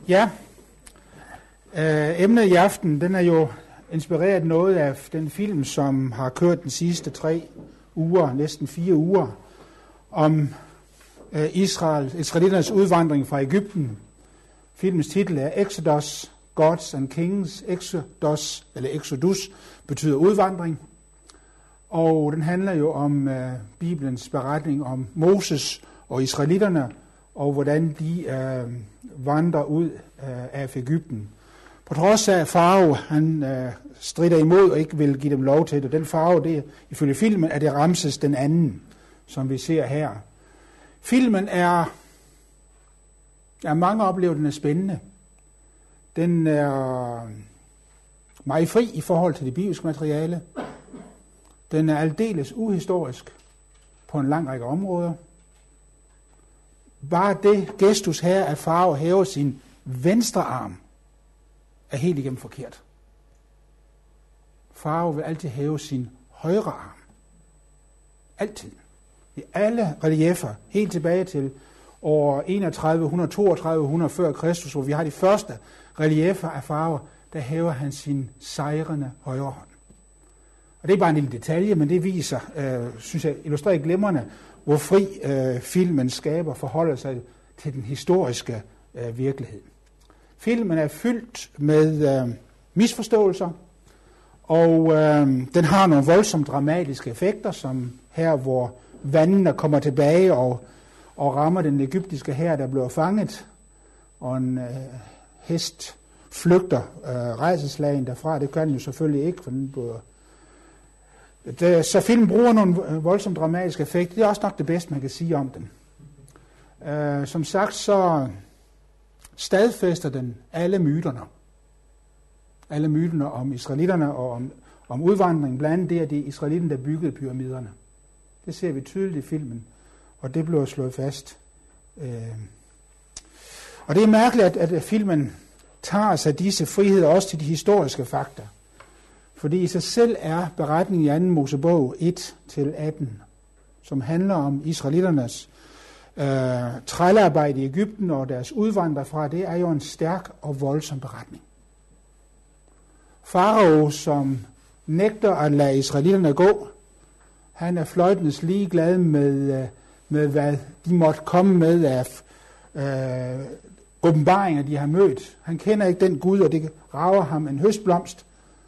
Ja, emnet i aften, den er jo inspireret noget af den film, som har kørt den sidste 3 uger, næsten 4 uger, om israeliternes udvandring fra Egypten. Filmens titel er Exodus, Gods and Kings. Exodus, eller Exodus, betyder udvandring. Og den handler jo om Bibelens beretning om Moses og israelitterne, og hvordan de vandrer ud af Egypten. På trods af farve, han strider imod og ikke vil give dem lov til det. Den farve, det er ifølge filmen, er det Ramses den anden, som vi ser her. Filmen er mange oplever, den er spændende. Den er meget fri i forhold til det bibelske materiale. Den er aldeles uhistorisk på en lang række områder. Bare det gestus her, at farve hæver sin venstre arm, er helt igennem forkert. Farve vil altid hæve sin højre arm. Altid. I alle relieffer, helt tilbage til år 3100-3200 før Kristus, hvor vi har de første relieffer af farve, der hæver han sin sejrende højre hånd. Og det er bare en lille detalje, men det viser, synes jeg, illustrerer glimrende, hvor fri filmen skaber forholder sig til den historiske virkelighed. Filmen er fyldt med misforståelser, og den har nogle voldsomt dramatiske effekter, som her, hvor vandene kommer tilbage og rammer den egyptiske hær, der bliver fanget, og en hest flygter rejseslagen derfra. Det kan den jo selvfølgelig ikke, for den bliver... Så filmen bruger nogle voldsomt dramatiske effekter. Det er også nok det bedste, man kan sige om den. Som sagt, så stadfæster den alle myterne. Alle myterne om israelitterne og om udvandring. Blandt andet det, at det er israelitterne, der byggede pyramiderne. Det ser vi tydeligt i filmen, og det bliver slået fast. Og det er mærkeligt, at filmen tager sig disse friheder også til de historiske fakta. Fordi i sig selv er beretningen i 2. Mosebog 1-18, som handler om israelitternes trællearbejde i Egypten og deres udvandring fra, det er jo en stærk og voldsom beretning. Farao, som nægter at lade israelitterne gå, han er fløjtens ligeglad med hvad de måtte komme med af åbenbaringer, de har mødt. Han kender ikke den Gud, og det rager ham en høstblomst.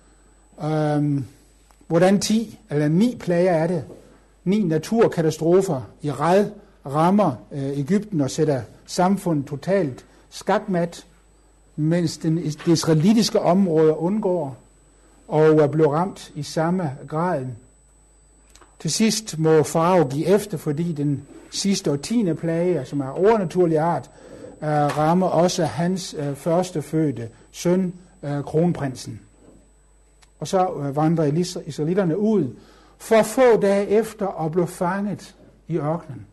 Hvordan 9 plager er det? 9 naturkatastrofer i rad rammer Egypten og sætter samfundet totalt skakmat, mens det israelitiske område undgår og bliver ramt i samme grad. Til sidst må farao give efter, fordi den sidste og 10. plage, som er overnaturlig art, rammer også hans førstefødte søn, kronprinsen. Og så vandrer israelitterne ud for få dage efter at blive fanget i ørkenen.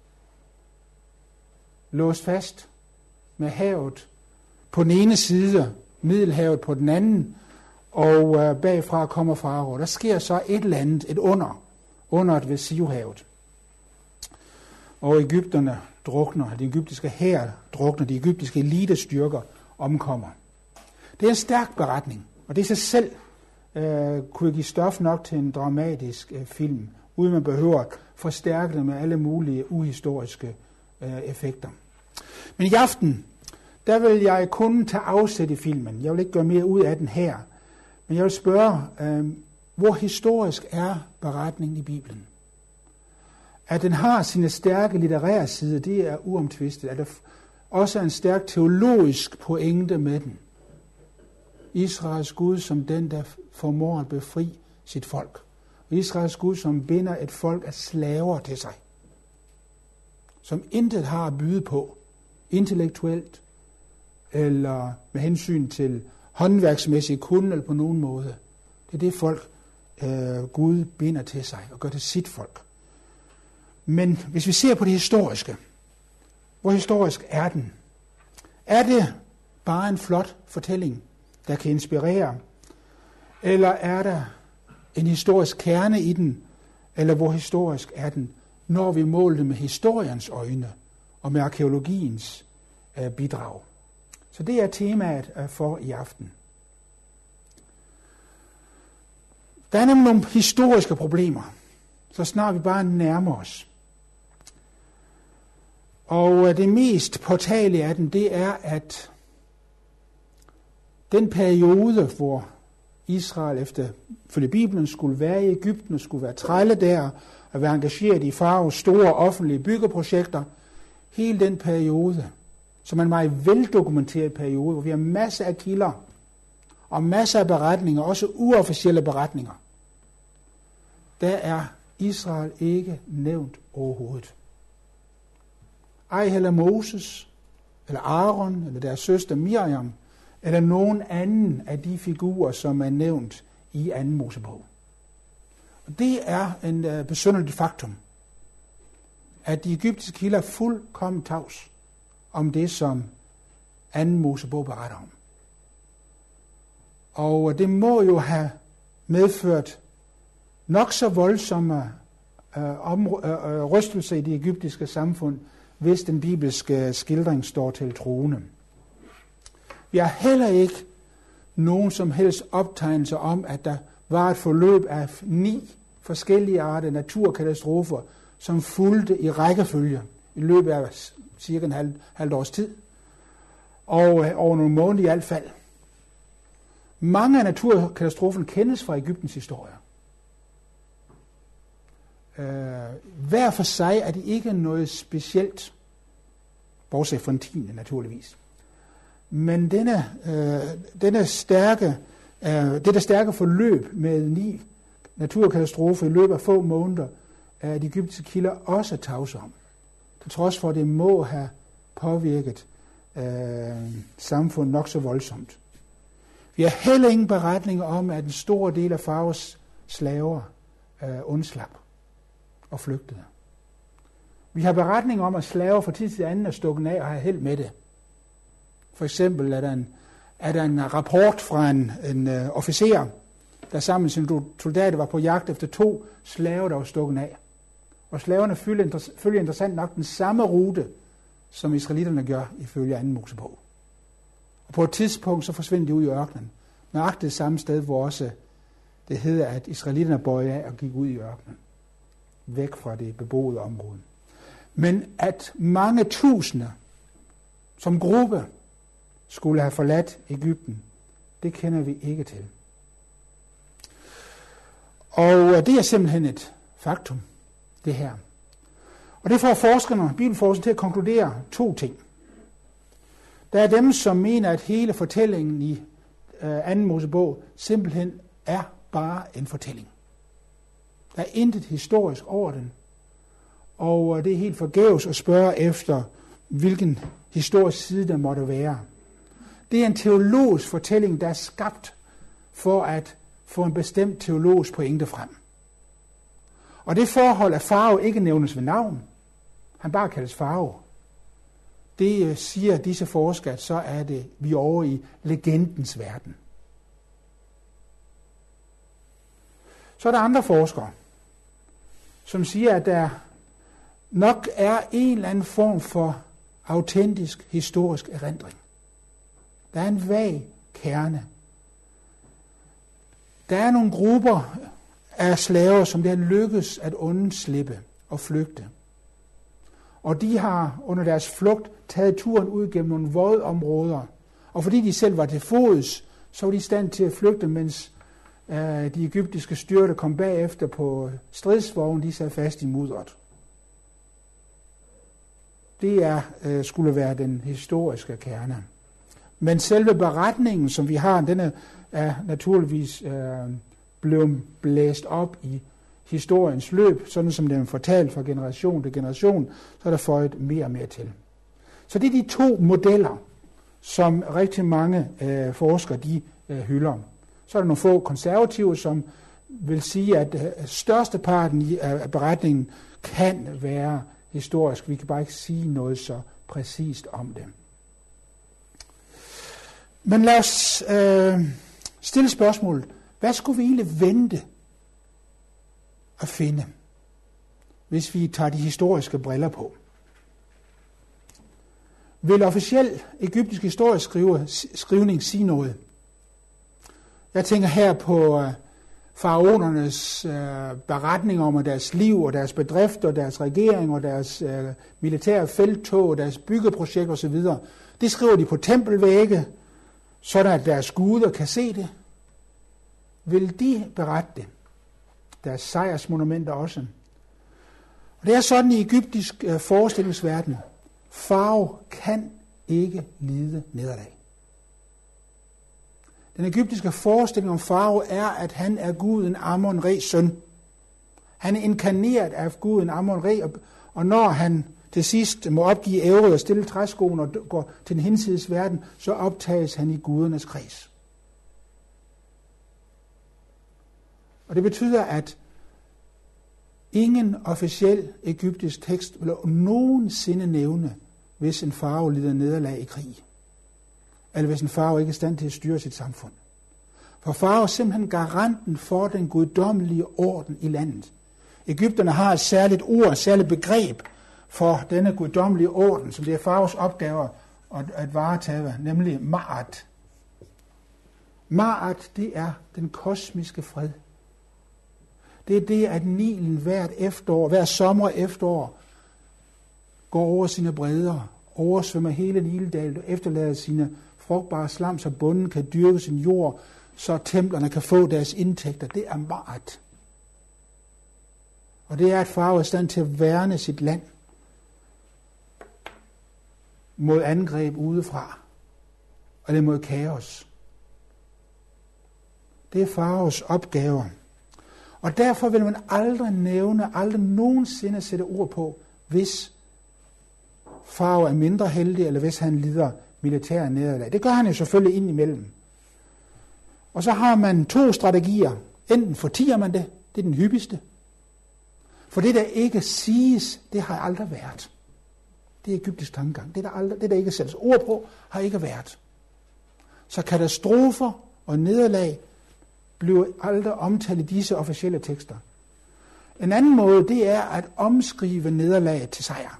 Låst fast med havet på den ene side, Middelhavet på den anden, og bagfra kommer farao. Der sker så et eller andet, et underet ved Sivhavet. Og egypterne drukner, de egyptiske hær drukner, de egyptiske elitestyrker omkommer. Det er en stærk beretning, og det i sig selv kunne give stof nok til en dramatisk film, uden man behøver at forstærke det med alle mulige uhistoriske effekter. Men i aften, der vil jeg kun tage afsæt i filmen. Jeg vil ikke gøre mere ud af den her. Men jeg vil spørge, hvor historisk er beretningen i Bibelen? At den har sine stærke litterære sider, det er uomtvistet. At der også er en stærk teologisk pointe med den. Israels Gud som den, der formår at befri sit folk. Og Israels Gud som binder et folk af slaver til sig. Som intet har at byde på, intellektuelt, eller med hensyn til håndværksmæssig kunde, eller på nogen måde. Det er det folk, Gud binder til sig, og gør det sit folk. Men hvis vi ser på det historiske, hvor historisk er den? Er det bare en flot fortælling, der kan inspirere? Eller er der en historisk kerne i den? Eller hvor historisk er den, når vi måler det med historiens øjne og med arkæologiens bidrag? Så det er temaet for i aften. Der er nemlig nogle historiske problemer, så snart vi bare nærmer os. Og det mest påtagelige af dem, det er, at den periode, hvor Israel følge Bibelen skulle være i Egypten og skulle være trælle der og være engageret i faraos store offentlige byggeprojekter, hele den periode, som er en meget veldokumenteret periode, hvor vi har masser af kilder og masser af beretninger, også uofficielle beretninger, der er Israel ikke nævnt overhovedet. Ej heller Moses, eller Aaron, eller deres søster Miriam, eller nogen anden af de figurer, som er nævnt i 2. Mosebog. Og det er en besynderligt faktum, at de egyptiske kilder er fuldkommen tavs om det, som 2. Mosebog beretter om. Og det må jo have medført nok så voldsomme rystelser i det egyptiske samfund, hvis den bibelske skildring står til troende. Vi har heller ikke nogen som helst optegnelser om, at der var et forløb af 9 forskellige arter naturkatastrofer, som fulgte i rækkefølge i løbet af cirka en halvt års tid, og over nogle måneder i hvert fald. Mange af naturkatastroferne kendes fra Egyptens historie. Hver for sig er det ikke noget specielt, bortset fra den 10. naturligvis. Men dette stærke forløb med 9 naturkatastrofer i løbet af få måneder, er de egyptiske kilder også tavse om. Til trods for, at det må have påvirket samfundet nok så voldsomt. Vi har heller ingen beretninger om, at en stor del af faraos slaver undslap og flygtede. Vi har beretninger om, at slaver fra tid til anden er stukket af og har held med det. For eksempel er der en rapport fra en officer, der sammen med sine soldater var på jagt efter 2 slaver, der var stukket af. Og slaverne følger interessant nok den samme rute, som israelitterne gør ifølge 2. Mosebog. Og på et tidspunkt så forsvinder de ud i ørkenen. Nøjagtigt det samme sted, hvor også det hedder, at israelitterne bøjede af og gik ud i ørkenen. Væk fra det beboede område. Men at mange tusinde som gruppe skulle have forladt Egypten, det kender vi ikke til. Og det er simpelthen et faktum, det her. Og det får bibelforskerne til at konkludere 2 ting. Der er dem, som mener, at hele fortællingen i 2. Mosebog simpelthen er bare en fortælling. Der er intet historisk over den, og det er helt forgæves at spørge efter, hvilken historisk side der måtte være. Det er en teologisk fortælling, der er skabt for at få en bestemt teologisk pointe frem. Og det forhold, at farao ikke nævnes ved navn, han bare kaldes farao, det siger disse forskere, så er det vi over i legendens verden. Så er der andre forskere, som siger, at der nok er en eller anden form for autentisk historisk erindring. Der er en vag kerne. Der er nogle grupper af slaver, som det har lykkes at undslippe og flygte. Og de har under deres flugt taget turen ud gennem nogle vådområder. Og fordi de selv var til fods, så var de i stand til at flygte, mens de egyptiske styrker kom bagefter på stridsvognen, de sad fast i mudderet. Det skulle være den historiske kerne. Men selve beretningen, som vi har, den er naturligvis blevet blæst op i historiens løb, sådan som den er fortalt fra generation til generation, så er der føjet mere og mere til. Så det er de 2 modeller, som rigtig mange forskere de hylder. Så er der nogle få konservative, som vil sige, at størsteparten af beretningen kan være historisk. Vi kan bare ikke sige noget så præcist om det. Men lad os stille spørgsmålet. Hvad skulle vi egentlig vente at finde, hvis vi tager de historiske briller på? vil officiel egyptisk historieskrivning sige noget. Jeg tænker her på faraonernes beretninger om deres liv og deres bedrifter, deres regering og deres militære felttog og deres byggeprojekt osv. Det skriver de på tempelvægge, sådan at deres guder kan se det. Vil de berette det? Deres sejrsmonumenter også. Og det er sådan i egyptisk forestillingsverden. Farao kan ikke lide nederlag. Den egyptiske forestilling om farao er, at han er guden Amon-Res søn. Han er inkarneret af guden Amon-Re, og når han til sidst må opgive ævret og stille træskoen og går til den hinsides verden, så optages han i gudernes kreds. Og det betyder, at ingen officiel egyptisk tekst vil nogensinde nævne, hvis en farao lider nederlag i krig, eller hvis en farao ikke er i stand til at styre sit samfund. For farao er simpelthen garanten for den guddommelige orden i landet. Egypterne har et særligt ord, et særligt begreb for denne guddommelige orden, som det er faraos opgaver at varetage, nemlig Ma'at. Ma'at, det er den kosmiske fred. Det er det, at Nilen hver sommer og efterår går over sine bredder, oversvømmer hele Nildalen og efterlader sine frugtbare slam, så bunden kan dyrke sin jord, så templerne kan få deres indtægter. Det er Ma'at. Og det er, at farao er i stand til at værne sit land mod angreb udefra, og det er mod kaos. Det er faraos opgaver. Og derfor vil man aldrig nogensinde sætte ord på, hvis farao er mindre heldig, eller hvis han lider militære nederlag. Det gør han jo selvfølgelig indimellem. Og så har man 2 strategier. Enten fortier man det, det er den hyppigste. For det, der ikke siges, det har aldrig været. Det er egyptisk tankegang. Det, der ikke sættes ord på, har ikke været. Så katastrofer og nederlag bliver aldrig omtalt i disse officielle tekster. En anden måde, det er at omskrive nederlaget til sejr.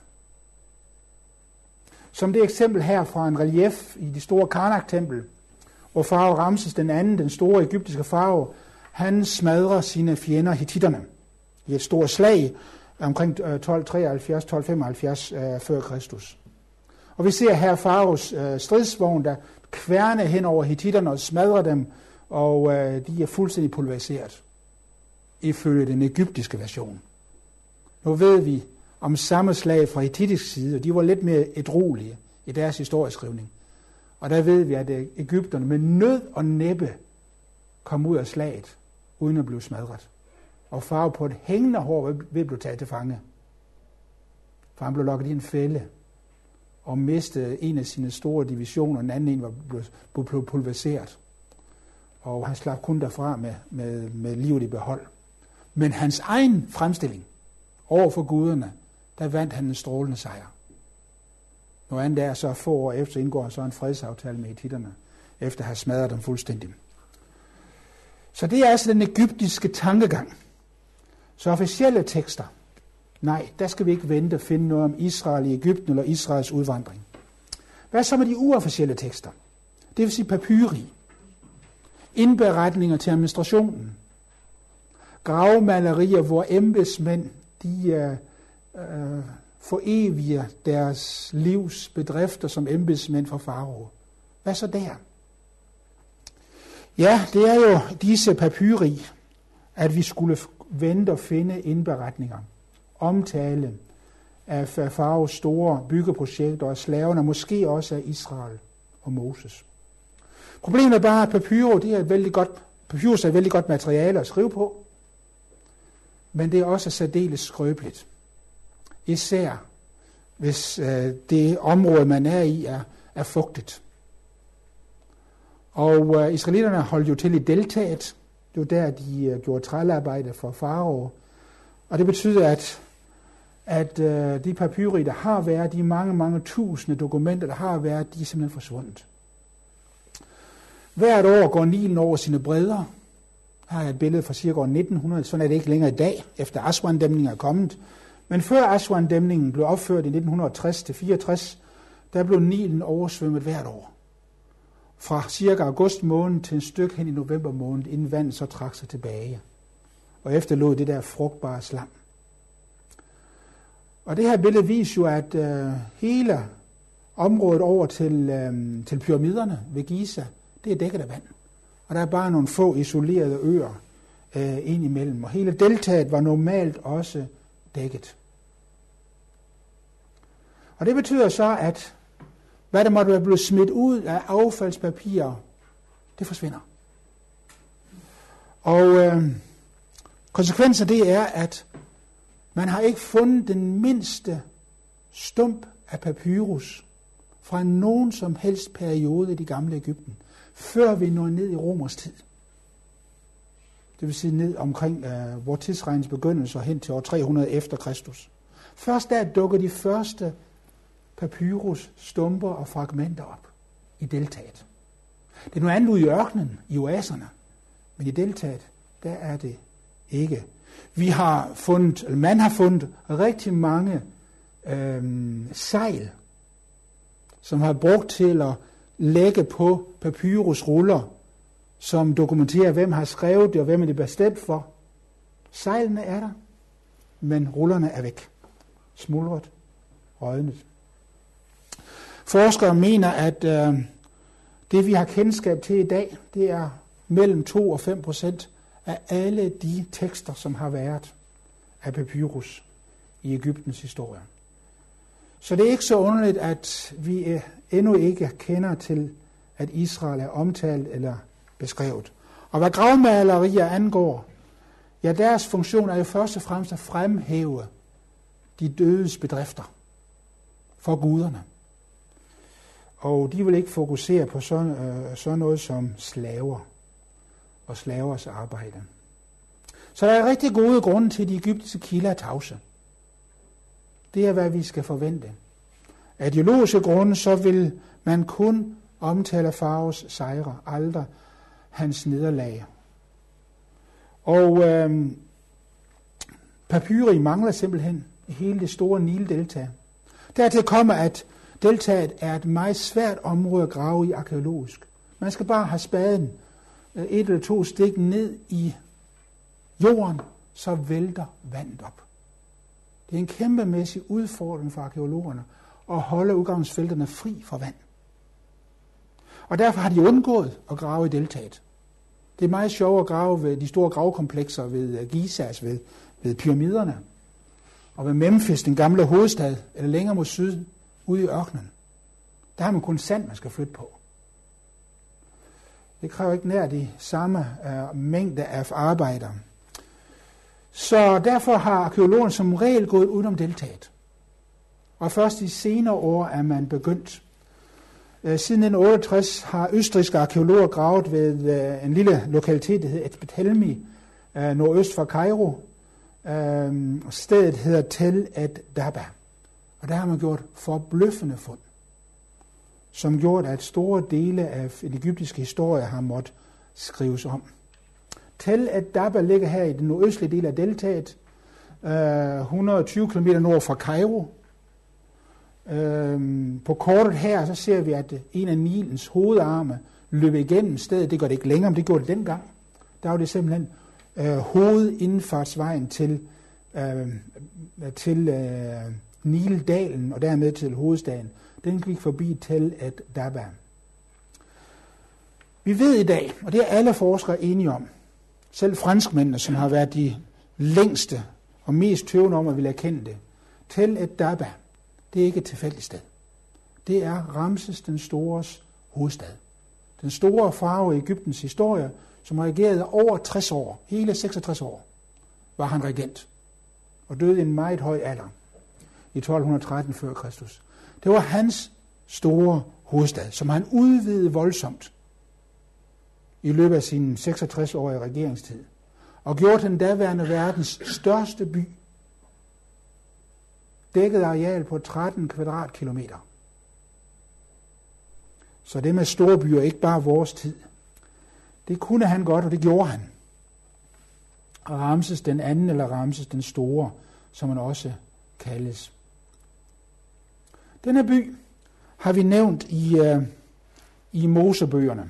Som det eksempel her fra en relief i det store Karnak-tempel, hvor farao Ramses den anden, den store egyptiske farao, han smadrer sine fjender hittitterne i et stort slag omkring 1273-1275 før Kristus. Og vi ser her faraos stridsvogn, der kværner hen over hittitterne og smadrer dem, og de er fuldstændig pulveriseret ifølge den egyptiske version. Nu ved vi om samme slag fra hittitisk side, og de var lidt mere ædruelige i deres historieskrivning. Og der ved vi, at egypterne med nød og næppe kom ud af slaget, uden at blive smadret. Og farao på et hængende hår vil blive taget til fange. For han blev lokket i en fælde og mistede en af sine store divisioner, og den anden en var blevet pulveriseret. Og han slap kun derfra med livet i behold. Men hans egen fremstilling over for guderne, der vandt han en strålende sejr. Noget andet er, så få år efter indgår han så en fredsaftale med hittitterne, efter at have smadret dem fuldstændig. Så det er altså den egyptiske tankegang. Så officielle tekster, nej, der skal vi ikke vente at finde noget om Israel i Egypten eller Israels udvandring. Hvad så med de uofficielle tekster? Det vil sige papyri, indberetninger til administrationen, gravmalerier, hvor embedsmænd de foreviger deres livs bedrifter som embedsmænd for farao. Hvad så der? Ja, det er jo disse papyri, at vi skulle vente og finde indberetninger, omtale af faraos store byggeprojekter og slaverne, måske også af Israel og Moses. Problemet er bare, at papyrus er et vældig godt materiale at skrive på, men det er også særdeles skrøbeligt. Især hvis det område, man er i, er fugtigt. Og israelitterne holdt jo til i deltaet. Det var der, de gjorde trællearbejde for farao. Og det betyder, at de papyri, der har været, de mange tusinde dokumenter, der har været, de er simpelthen forsvundet. Hvert år går Nilen over sine bredder. Her er et billede fra cirka år 1900. Sådan er det ikke længere i dag, efter Aswan-dæmningen er kommet. Men før Aswan-dæmningen blev opført i 1960-64, der blev Nilen oversvømmet hvert år. Fra cirka august måned til et stykke hen i november måned, inden vandet så trak sig tilbage. Og efterlod det der frugtbare slam. Og det her billede viser jo, at hele området over til pyramiderne ved Giza, det er dækket af vand. Og der er bare nogle få isolerede øer ind imellem. Og hele deltaet var normalt også dækket. Og det betyder så, at hvad der måtte være blevet smidt ud af affaldspapirer, det forsvinder. Og konsekvensen af det er, at man har ikke fundet den mindste stump af papyrus fra nogen som helst periode i det gamle Egypten, før vi når ned i Romers tid. Det vil sige ned omkring vor tidsregnens begyndelse og hen til år 300 efter Kristus. Først der dukker de første papyrus, stumper og fragmenter op i deltaet. Det er noget andet ude i ørkenen, i oaserne, men i deltaet, der er det ikke. Man har fundet rigtig mange sejl, som har brugt til at lægge på papyrusruller, som dokumenterer, hvem har skrevet det, og hvem er det bestemt for. Sejlene er der, men rullerne er væk. Smuldret, rådnet. Forskere mener, at det vi har kendskab til i dag, det er mellem 2 og 5% af alle de tekster, som har været af papyrus i Egyptens historie. Så det er ikke så underligt, at vi endnu ikke kender til, at Israel er omtalt eller beskrevet. Og hvad gravmalerier angår, ja, deres funktion er jo først og fremmest at fremhæve de dødes bedrifter for guderne. Og de vil ikke fokusere på sådan noget som slaver og slavers arbejde. Så der er rigtig gode grunde til, at de egyptiske kilder er tavse. Det er, hvad vi skal forvente. Af ideologiske grunde, så vil man kun omtale faraos sejre, aldrig hans nederlag. Og papyri mangler simpelthen i hele det store Nildelta. Dertil kommer, at deltaet er et meget svært område at grave i arkæologisk. Man skal bare have spaden 1 eller 2 stik ned i jorden, så vælter vandet op. Det er en kæmpemæssig udfordring for arkæologerne at holde udgangsfelterne fri for vand. Og derfor har de undgået at grave i deltaet. Det er meget sjovt at grave ved de store gravkomplekser ved Gizas, ved pyramiderne, og ved Memphis, den gamle hovedstad, eller længere mod syd, ude i ørkenen. Der har man kun sand, man skal flytte på. Det kræver ikke nær de samme mængde af arbejdere. Så derfor har arkæologerne som regel gået udenom deltaet. Og først i senere år er man begyndt. Siden 1968 har østrigske arkæologer gravet ved en lille lokalitet, der hedder Etbet-Helmi, nordøst for Kairo. Stedet hedder Tel ad-Daba. Og der har man gjort forbløffende fund, som gjorde, at store dele af den egyptiske historie har måttet skrives om. Tel ad-Daba ligger her i den nordøstlige del af deltaet, 120 km nord fra Kairo. På kortet her, så ser vi, at en af Nilens hovedarme løb igennem stedet. Det gør det ikke længere, men det gjorde det dengang. Der var det simpelthen hovedindfartsvejen til Nildalen og dermed til hovedstaden. Den gik forbi Tel ad-Daba. Vi ved i dag, og det er alle forskere enige om, selv franskmændene, som har været de længste og mest tøvende om at ville erkende det, Tel ad-Daba, det er ikke et tilfældigt sted. Det er Ramses den Stores hovedstad. Den store farao i Egyptens historie, som regerede over 60 år, hele 66 år, var han regent og døde i en meget høj alder i 1213 før Kristus. Det var hans store hovedstad, som han udvidede voldsomt i løbet af sin 66-årige regeringstid, og gjorde den daværende verdens største by, dækket areal på 13 kvadratkilometer. Så det med store byer, ikke bare vores tid, det kunne han godt, og det gjorde han. Og Ramses den anden, eller Ramses den store, som han også kaldes. Denne by har vi nævnt i Mosebøgerne.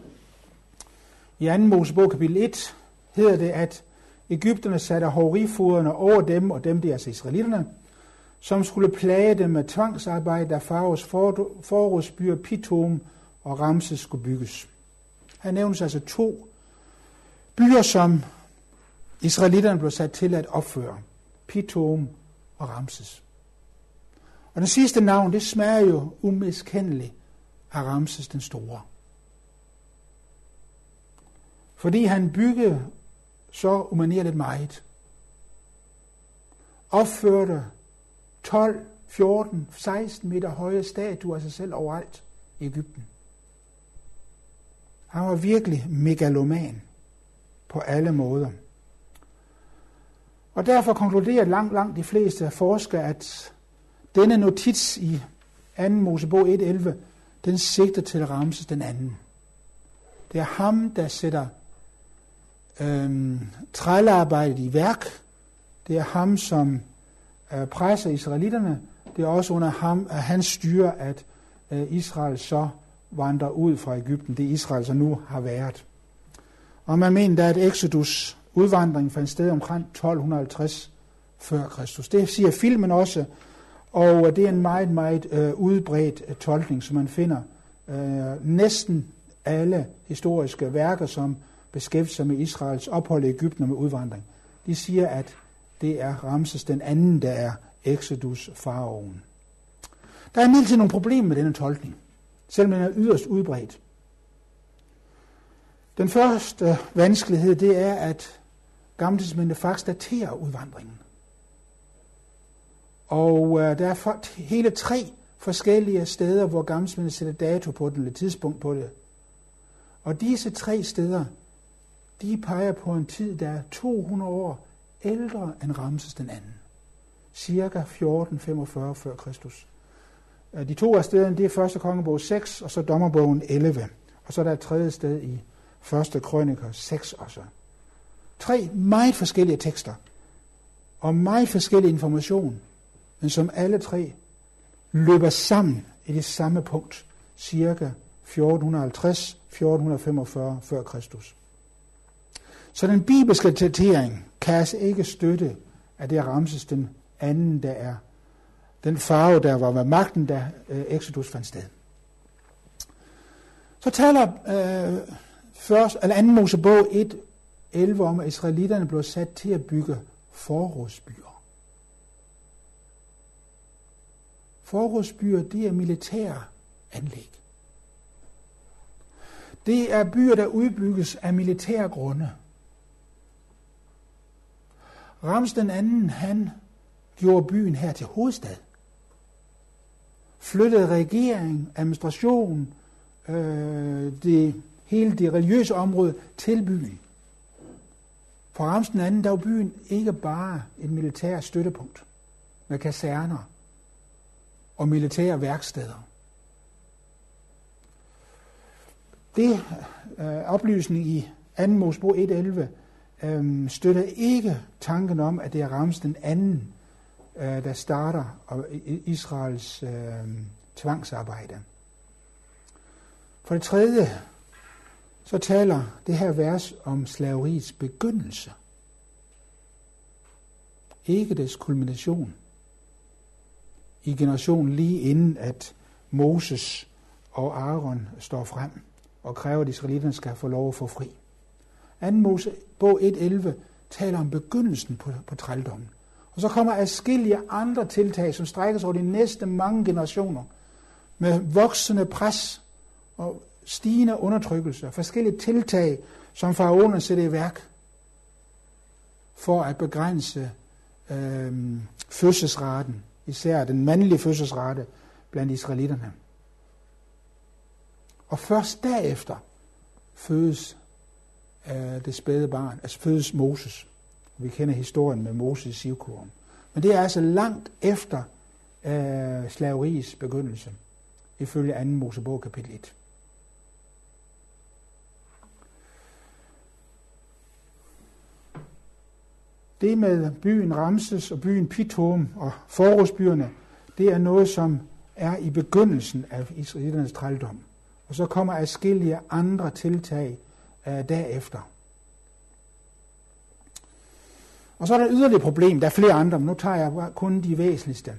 I 2. Mosebog kapitel 1 hedder det, at Egypterne satte hovrifoderne over dem, og dem det er altså israelitterne, som skulle plage dem med tvangsarbejde, da Faraos forrådsbyer Pithom og Ramses skulle bygges. Her nævnes altså 2 byer, som israelitterne blev sat til at opføre. Pithom og Ramses. Og den sidste navn, det smager jo umiskendeligt af Ramses den Store. Fordi han byggede så umanerligt meget. Opførte 12, 14, 16 meter høje statuer af sig selv overalt i Egypten. Han var virkelig megaloman på alle måder. Og derfor konkluderer langt de fleste forskere, at denne notits i 2. Mosebog 1.11, den sigter til Ramses den anden. Det er ham, der sætter trællearbejdet i værk. Det er ham, som presser israelitterne. Det er også under ham, at han styrer, at Israel så vandrer ud fra Egypten. Det Israel så nu har været. Og man mener, der er et exodus, udvandring fra en sted omkring 1250 før Kristus. Det siger filmen også, og det er en meget udbredt tolkning, som man finder næsten alle historiske værker, som beskæftiger sig med Israels ophold i Egypten og med udvandring. De siger, at det er Ramses den anden, der er Exodus-faraoen. Der er imidlertid nogle problemer med denne tolkning, selvom den er yderst udbredt. Den første vanskelighed, det er, at Gammeltestamentet faktisk daterer udvandringen. Og der er hele 3 forskellige steder, hvor Gammeltestamentet sætter dato på den, eller tidspunkt på det. Og disse 3 steder, de peger på en tid, der er 200 år ældre end Ramses den anden. Cirka 1445 før Kristus. De 2 af stederne, det er 1. kongebog 6, og så dommerbogen 11. Og så er der et 3. sted i 1. krøniker 6 også. 3 meget forskellige tekster, og meget forskellige information, men som alle 3 løber sammen i det samme punkt, cirka 1450-1445 før Kristus. Så den bibelske datering kan altså ikke støtte, at det er Ramses den anden, der er den farve, der var ved magten, da Exodus fandt sted. Så taler 2. Mosebog 1.11 om, at israelitterne blev sat til at bygge forrådsbyer. Forrådsbyer, det er militære anlæg. Det er byer, der udbygges af militære grunde. Ramses den anden, han gjorde byen her til hovedstad. Flyttede regering, administration, hele det religiøse område til byen. For Ramses den anden, der var byen ikke bare et militært støttepunkt med kaserner og militære værksteder. Det oplysning i 2. Mosebog 1.11 støtter ikke tanken om, at det er Ramses den anden, der starter Israels tvangsarbejde. For det tredje, så taler det her vers om slaveriets begyndelse. Ikke dets kulmination. I generationen lige inden, at Moses og Aaron står frem og kræver, at israelitterne skal få lov at få fri. 2. Mosebog 1.11 taler om begyndelsen på trældommen. Og så kommer adskillige andre tiltag, som strækker sig over de næste mange generationer, med voksende pres og stigende undertrykkelse, forskellige tiltag, som faraoerne sætter i værk for at begrænse fødselsraten, især den mandlige fødselsrate blandt israelitterne. Og først derefter fødes det spæde barn, altså fødes Moses. Vi kender historien med Moses i sivkurven. Men det er altså langt efter slaveriets begyndelse, ifølge 2. Mosebog kapitel 1. Det med byen Ramses og byen Pithom og forrådsbyerne, det er noget, som er i begyndelsen af israelernes trældom. Og så kommer adskillige andre tiltag derefter. Og så er der et yderligere problem. Der er flere andre, men nu tager jeg kun de væsentligste.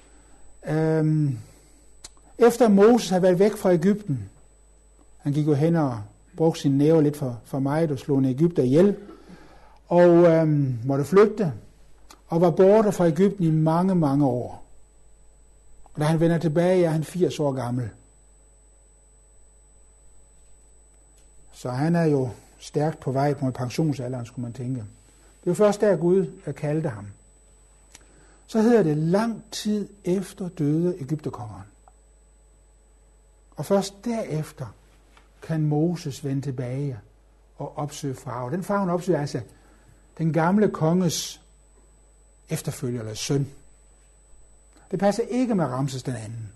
Efter Moses havde været væk fra Egypten, han gik jo hen og brugte sine næver lidt for meget og slog en egypter ihjel, og måtte flygte, og var borte fra Egypten i mange, mange år. Og da han vender tilbage, er han 80 år gammel. Så han er jo stærkt på vej mod pensionsalderen, skulle man tænke. Det var først der Gud kaldte ham. Så hedder det lang tid efter døde Egypterkongeren. Og først derefter kan Moses vende tilbage og opsøge farao. Den farao opsøger altså den gamle konges efterfølger eller søn. Det passer ikke med Ramses den anden.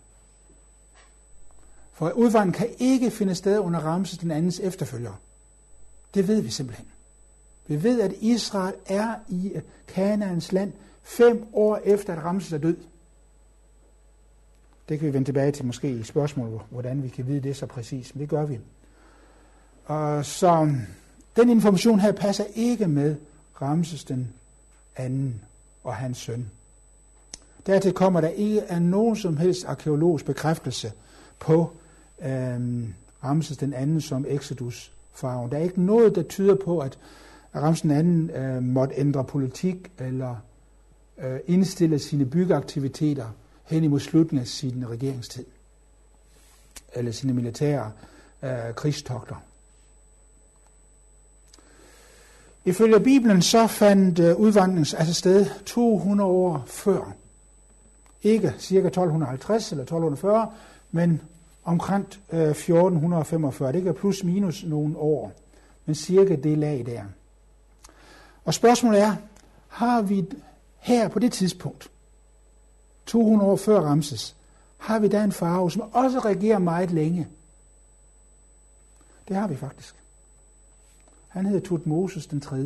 For udvandringen kan ikke finde sted under Ramses den andens efterfølger. Det ved vi simpelthen. Vi ved, at Israel er i Kanaans land 5 år efter, at Ramses er død. Det kan vi vende tilbage til måske i spørgsmålet, hvordan vi kan vide det så præcis, men det gør vi. Og så den information her passer ikke med Ramses den anden og hans søn. Dertil kommer der ikke er nogen som helst arkæologisk bekræftelse på Ramses den anden som Exodus-faraoen. Der er ikke noget, der tyder på, at Ramses den anden måtte ændre politik eller indstille sine byggeaktiviteter hen imod slutningen af sin regeringstid, eller sine militære krigstogter. Ifølge Bibelen så fandt udvandringen altså sted 200 år før. Ikke cirka 1250 eller 1240, men omkring 1445. Det kan plus minus nogle år, men cirka det lag der. Og spørgsmålet er, har vi her på det tidspunkt, 200 år før Ramses, har vi der en farao, som også regerer meget længe? Det har vi faktisk. Han hed Tutmosis den 3.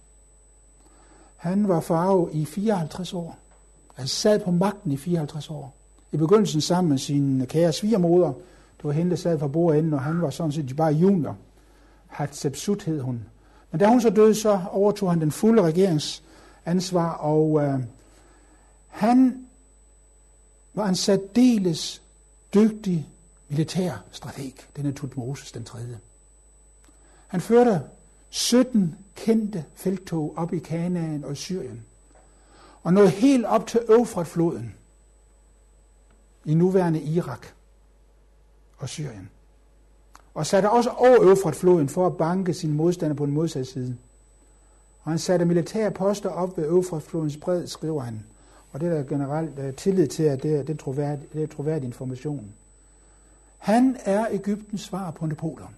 Han var farao i 54 år. Han sad på magten i 54 år. I begyndelsen sammen med sin kære svigermoder. Det var hende, der sad for bordenden, og han var sådan set bare junior. Hatshepsut hed hun. Men da hun så døde, så overtog han den fulde regeringsansvar, og han var en særdeles dygtig militærstrateg, denne Tutmosis den 3. Han førte 17 kendte felttog op i Kanaan og Syrien, og nåede helt op til Eufrat-floden i nuværende Irak og Syrien. Og satte også over Eufrat-floden for at banke sine modstandere på den modsatte side. Og han satte militære poster op ved Eufrat-flodens bred, skriver han. Og det er der generelt tillid til, at det er troværdig information. Han er Egyptens svar på Napoleon.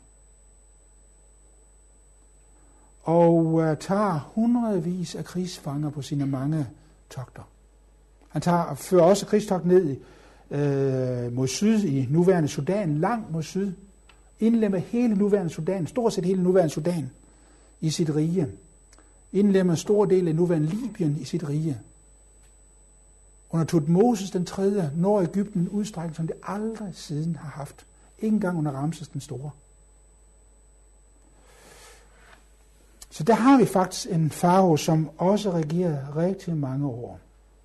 Og tager hundredvis af krigsfanger på sine mange togter. Han fører også krigstogt ned mod syd i nuværende Sudan, langt mod syd. Indlemmer hele nuværende Sudan, stort set hele nuværende Sudan i sit rige. Indlemmer stor del af nuværende Libyen i sit rige. Under Tutmosis den 3. når Egypten udstrækning, som det aldrig siden har haft. Ikke engang under Ramses den store. Så der har vi faktisk en farao, som også regerede rigtig mange år.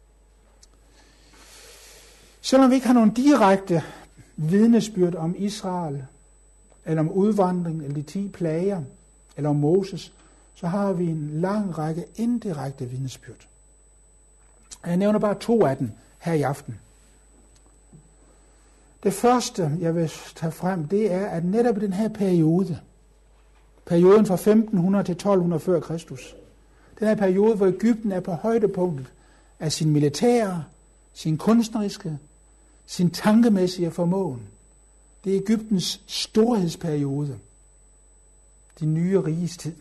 Selvom vi ikke har nogen direkte vidnesbyrd om Israel, eller om udvandring, eller de 10 plager, eller om Moses, så har vi en lang række indirekte vidnesbyrd. Jeg nævner bare 2 af dem her i aften. Det første, jeg vil tage frem, det er, at netop i den her periode, perioden fra 1500 til 1200 før Kristus, den her periode, hvor Egypten er på højdepunktet af sin militære, sin kunstneriske, sin tankemæssige formåen. Det er Egyptens storhedsperiode, de nye riges tid.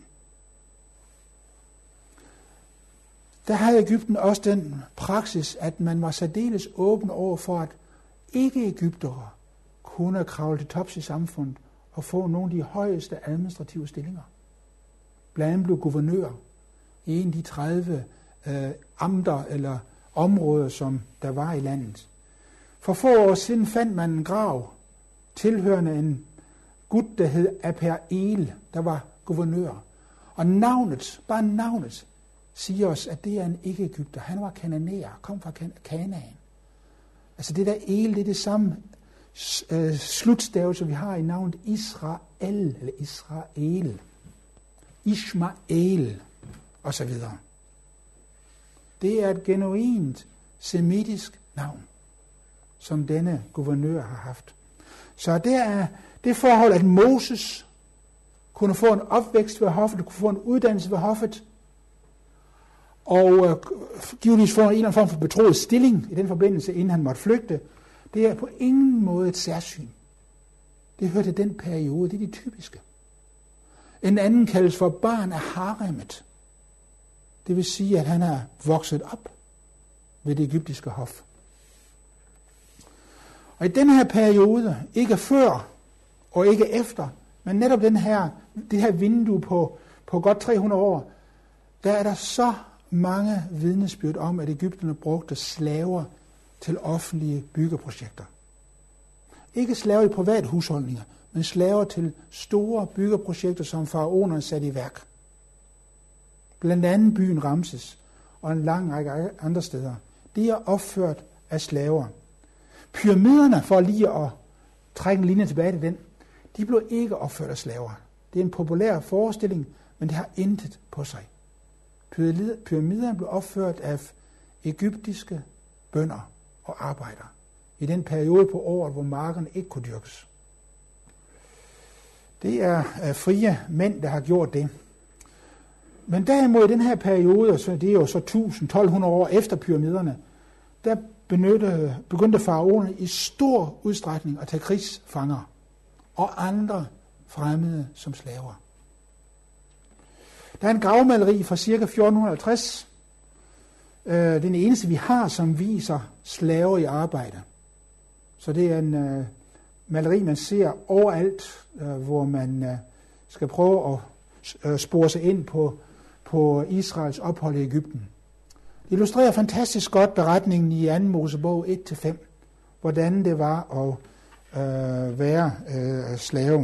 Der havde Egypten også den praksis, at man var særdeles åben over for, at ikke-egyptere kunne kravle til tops i samfundet og få nogle af de højeste administrative stillinger. Blandt andet blev guvernør i en af de 30 amter eller områder, som der var i landet. For få år siden fandt man en grav tilhørende en gut, der hed Aper-El, der var guvernør. Og navnet, bare navnet, siger os, at det er en ikke-egypter. Han var kananæer, kom fra Kanaan. Altså det der el, det er det samme slutstavelse, vi har i navnet Israel, eller Israel, Ishmael, og så videre. Det er et genuint semitisk navn, som denne guvernør har haft. Så det er det forhold, at Moses kunne få en opvækst ved hoffet, kunne få en uddannelse ved hoffet, og givetvis få en eller anden form for betroet stilling i den forbindelse, inden han måtte flygte, det er på ingen måde et særsyn. Det hører til den periode, det er de typiske. En anden kaldes for barn af haremet. Det vil sige, at han er vokset op ved det egyptiske hof. Og i den her periode, ikke før og ikke efter, men netop det her vindue på godt 300 år, der er der så mange vidnesbyrd om, at egypterne brugte slaver til offentlige byggeprojekter. Ikke slaver i private husholdninger, men slaver til store byggeprojekter, som faraonerne satte i værk. Blandt andet byen Ramses og en lang række andre steder. Det er opført af slaver. Pyramiderne, for lige at trække en linje tilbage til den, de blev ikke opført af slaver. Det er en populær forestilling, men det har intet på sig. Pyramiderne blev opført af egyptiske bønder og arbejdere i den periode på året, hvor markerne ikke kunne dyrkes. Det er frie mænd, der har gjort det. Men derimod i den her periode, så det er jo så 1000-1200 år efter pyramiderne, der begyndte faraonerne i stor udstrækning at tage krigsfanger og andre fremmede som slaver. Der er en gravmaleri fra ca. 1450. Den eneste, vi har, som viser slaver i arbejde. Så det er en maleri, man ser overalt, hvor man skal prøve at spore sig ind på Israels ophold i Egypten. Det illustrerer fantastisk godt beretningen i 2. Mosebog 1-5, hvordan det var at være slave.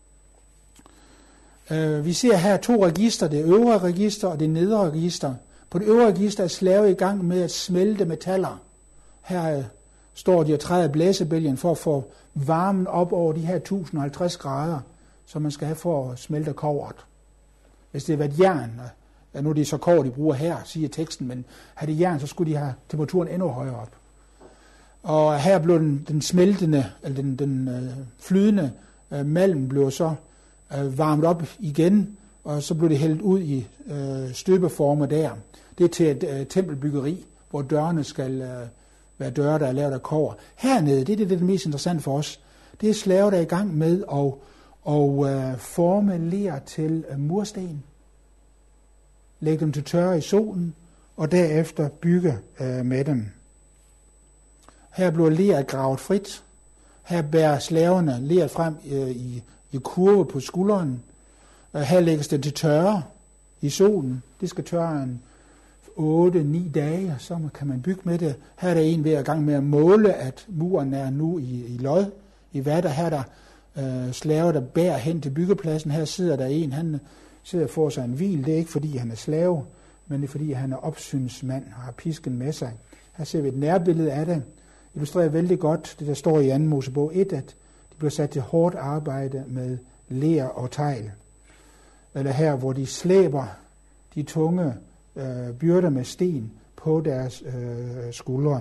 Vi ser her 2 register, det øvre register og det nedre register. På det øvre register er slave i gang med at smelte metaller. Her står de og træder blæsebælgen for at få varmen op over de her 1050 grader, som man skal have for at smelte kobberet. Hvis det har været jern, nu er det så kobber, de bruger her, siger teksten, men havde det jern, så skulle de have temperaturen endnu højere op. Og her blev den smeltende, eller den flydende malm blev så varmet op igen, og så blev det hældt ud i støbeformer der. Det er til et tempelbyggeri, hvor dørene skal være døre, der er lavet af kobber. Hernede, det er det mest interessante for os, det er slaver, der er i gang med at forme ler til mursten, lægge dem til tørre i solen, og derefter bygge med dem. Her bliver leret gravet frit. Her bærer slaverne leret frem i kurve på skulderen. Her lægges det til tørre i solen. Det skal tørre en 8-9 dage, så kan man bygge med det. Her er der en ved at gang med at måle, at muren er nu i lod, i vatter. Her er der slaver, der bærer hen til byggepladsen. Her sidder der en, han sidder for sig en hvil. Det er ikke fordi han er slave, men det er fordi han er opsynsmand og har pisken med sig. Her ser vi et nærbillede af det. Illustrerer vældig godt det, der står i 2. Mosebog 1, at de bliver sat til hårdt arbejde med ler og tegl. Eller her, hvor de slæber de tunge byrder med sten på deres skuldre.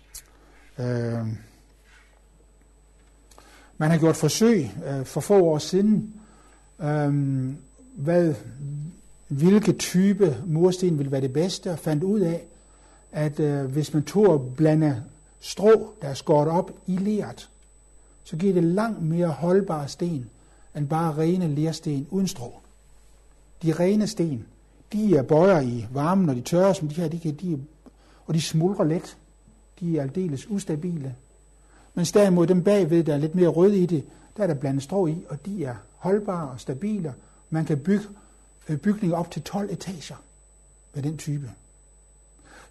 Man har gjort forsøg for få år siden, hvilke type mursten ville være det bedste, og fandt ud af, at hvis man tog og blandede strå, der er skåret op i leret, så giver det langt mere holdbare sten, end bare rene lersten uden strå. De rene sten, de bøjer i varmen, når de tørrer, som de her, og de smuldrer let. De er aldeles ustabile. Men derimod dem bagved, der er lidt mere røde i det, der er der blandet strå i, og de er holdbare og stabile. Man kan bygge bygninger op til 12 etager med den type.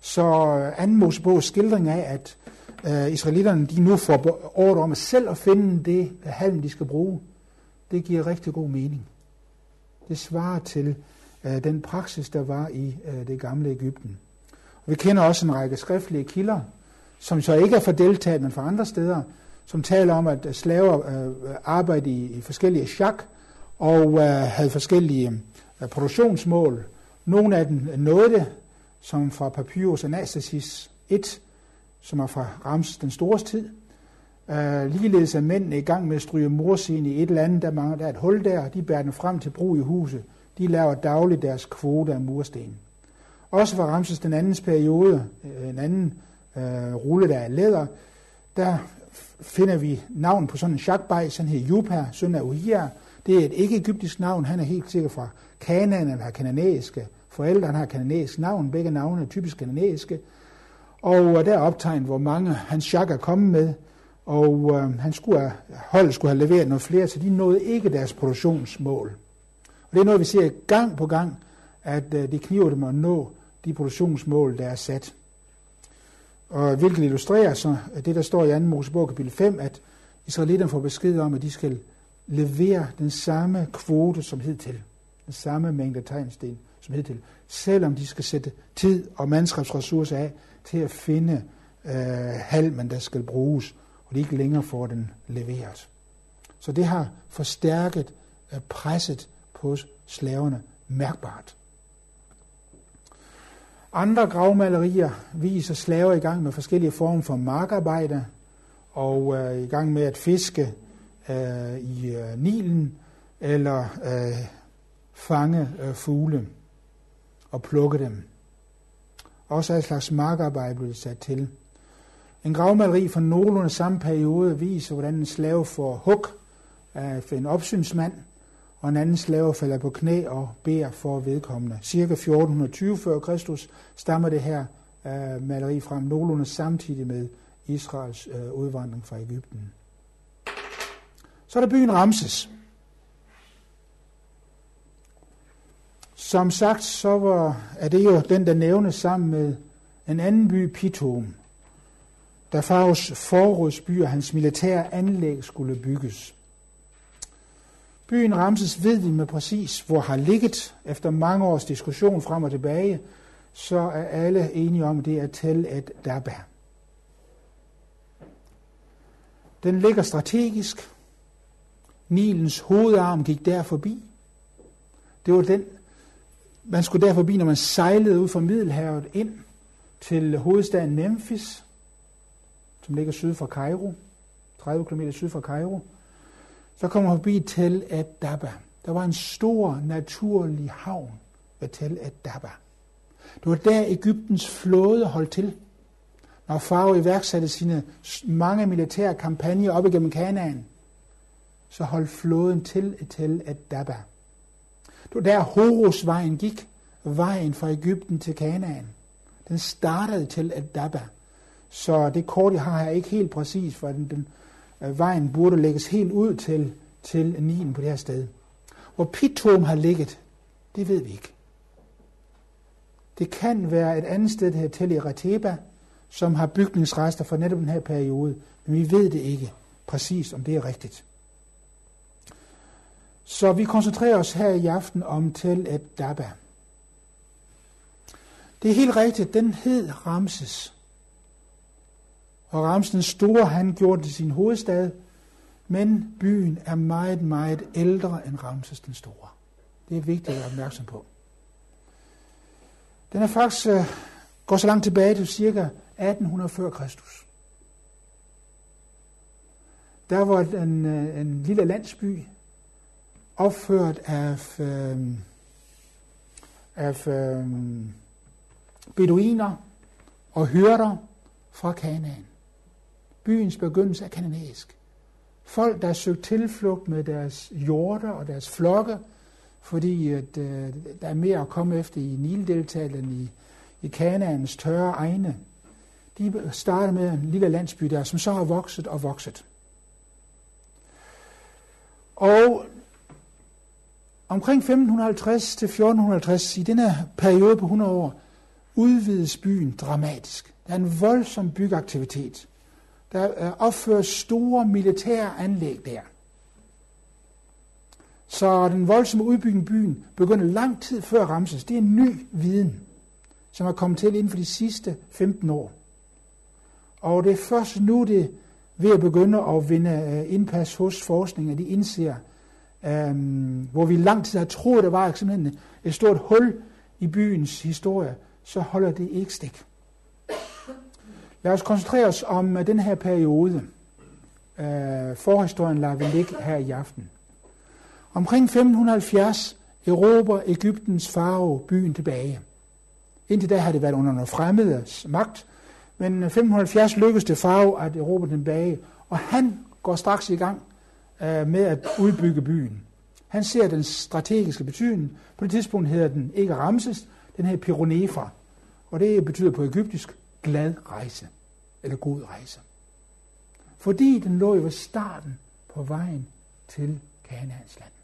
Så anden Mosebogs skildring af, at israelitterne de nu får ordre om selv at finde det halm, de skal bruge, det giver rigtig god mening. Det svarer til den praksis, der var i det gamle Egypten. Og vi kender også en række skriftlige kilder, som så ikke er fra deltaget, men fra andre steder, som taler om, at slaver arbejdede i forskellige sjak og havde forskellige produktionsmål. Nogle af dem nåede det, som fra Papyrus Anastasis 1, som er fra Ramses den Stores tid. Ligeledes er mændene i gang med at stryge mursten i et eller andet, der er et hul der, de bærer den frem til brug i huset. De laver dagligt deres kvote af mursten. Også fra Ramses den andens periode, en anden rulle der er læder, der finder vi navn på sådan en Shakbai, sådan her Jupa, søn af Uhia. Det er et ikke-egyptisk navn, han er helt sikkert fra Kanaan, han har kananæiske forældre, han har kananæisk navn, begge navne er typisk kananæiske. Og der er optegnet, hvor mange hans Shak er kommet med, og holdet skulle have leveret noget flere, så de nåede ikke deres produktionsmål. Og det er noget, vi ser gang på gang, at de kniver dem at nå de produktionsmål, der er sat. Og hvilket illustrerer så det, der står i 2. Mosebog kapitel 5, at israelitterne får besked om, at de skal levere den samme kvote som hidtil. Den samme mængde tegnsten som hidtil. Selvom de skal sætte tid og mandskabsressourcer af til at finde halmen, der skal bruges, og de ikke længere får den leveret. Så det har forstærket presset på slaverne mærkbart. Andre gravmalerier viser slaver i gang med forskellige former for markarbejde og i gang med at fiske i Nilen eller fange fugle og plukke dem. Også af et slags markarbejde blev det sat til. En gravmaleri fra nogenlunde samme periode viser, hvordan en slave får hug af en opsynsmand, og en anden slave falder på knæ og beder for vedkommende. Cirka 1420 før Kristus stammer det her maleri frem nogenlunde samtidig med Israels udvandring fra Egypten. Så er der byen Ramses. Som sagt, så er det jo den, der nævnes sammen med en anden by, Pithom, da faraos forrådsby og hans militære anlæg skulle bygges. Byen Ramses ved vi med præcis, hvor har ligget. Efter mange års diskussion frem og tilbage, så er alle enige om, det er Tel ad-Daba. Den ligger strategisk. Nilens hovedarm gik der forbi. Det var den, man skulle der forbi, når man sejlede ud fra Middelhavet ind til hovedstaden Memphis, som ligger syd for Kairo, 30 km syd for Kairo. Så kommer man forbi Tel ad-Daba. Der var en stor naturlig havn ved Tel ad-Daba. Det var der Egyptens flåde holdt til. Når farao iværksatte sine mange militære kampagner op igennem Kanaan, så holdt flåden til Tel ad-Daba. Det var der Horusvejen gik, vejen fra Egypten til Kanaan. Den startede til ad-Daba. Så det kort, jeg har her, er ikke helt præcis, for vejen burde lægges helt ud til Nilen på det her sted. Hvor Pithom har ligget, det ved vi ikke. Det kan være et andet sted, der hedder Tel Ereteba, som har bygningsrester fra netop den her periode, men vi ved det ikke præcis, om det er rigtigt. Så vi koncentrerer os her i aften om Tel ad-Daba. Det er helt rigtigt, den hed Ramses. Og Ramses den Store, han gjorde det til sin hovedstad, men byen er meget, meget ældre end Ramses den Store. Det er vigtigt at være opmærksom på. Den er faktisk går så langt tilbage til cirka 1800 før Kristus. Der var en lille landsby, opført af beduiner og hyrder fra Kanaan. Byens begyndelse er kananæisk. Folk, der søgte tilflugt med deres hjorter og deres flokke, fordi der er mere at komme efter i Nildeltaet end i Kanaans tørre egne. De startede med en lille landsby der, som så har vokset og vokset. Og omkring 1550 til 1450, i denne periode på 100 år, udvides byen dramatisk. Der er en voldsom byggeaktivitet. Der opføres store militære anlæg der. Så den voldsomme udbygning af byen begynder lang tid før Ramses. Det er en ny viden, som er kommet til inden for de sidste 15 år. Og det er først nu, det ved at begynde at vinde indpas hos forskningen, at de indser, hvor vi lang tid har troet, der var simpelthen et stort hul i byens historie, så holder det ikke stik. Lad os koncentrere os om den her periode. Forhistorien lader vi ligge her i aften. Omkring 1570 erobrer Egyptens farao byen tilbage. Indtil da har det været under noget fremmedes magt, men 1570 lykkedes det farao at erobre den tilbage, og han går straks i gang med at udbygge byen. Han ser den strategiske betydning. På det tidspunkt hedder den ikke Ramses, den hedder Peronefer, og det betyder på egyptisk glad rejse, eller god rejse. Fordi den lå ved starten på vejen til Kanaans land.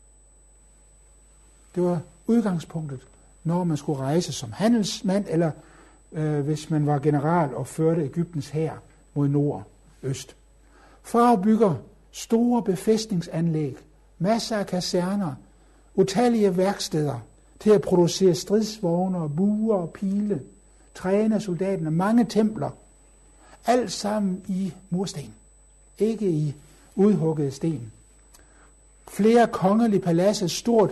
Det var udgangspunktet, når man skulle rejse som handelsmand, eller hvis man var general og førte Egyptens hær mod nord, øst. Farao bygger store befæstningsanlæg, masser af kaserner, utallige værksteder til at producere stridsvogne, buer og pile, træne soldaterne, mange templer, alt sammen i mursten, ikke i udhuggede sten. Flere kongelige paladser,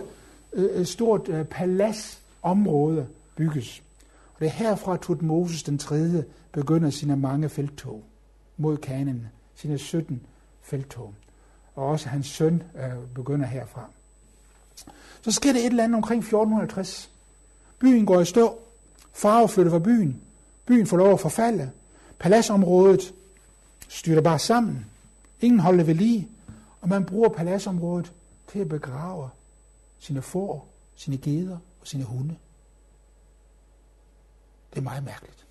stort paladsområde bygges. Og det er herfra Tutmosis den 3. begynder sine mange felttog mod Kanaan, sine 17 felttog. Og også hans søn begynder herfra. Så sker det et eller andet omkring 1450. Byen går i stå. Farao flytter fra byen. Byen får lov at forfalde. Paladsområdet styrter bare sammen. Ingen holder ved lige. Og man bruger paladsområdet til at begrave sine får, sine geder og sine hunde. Det er meget mærkeligt.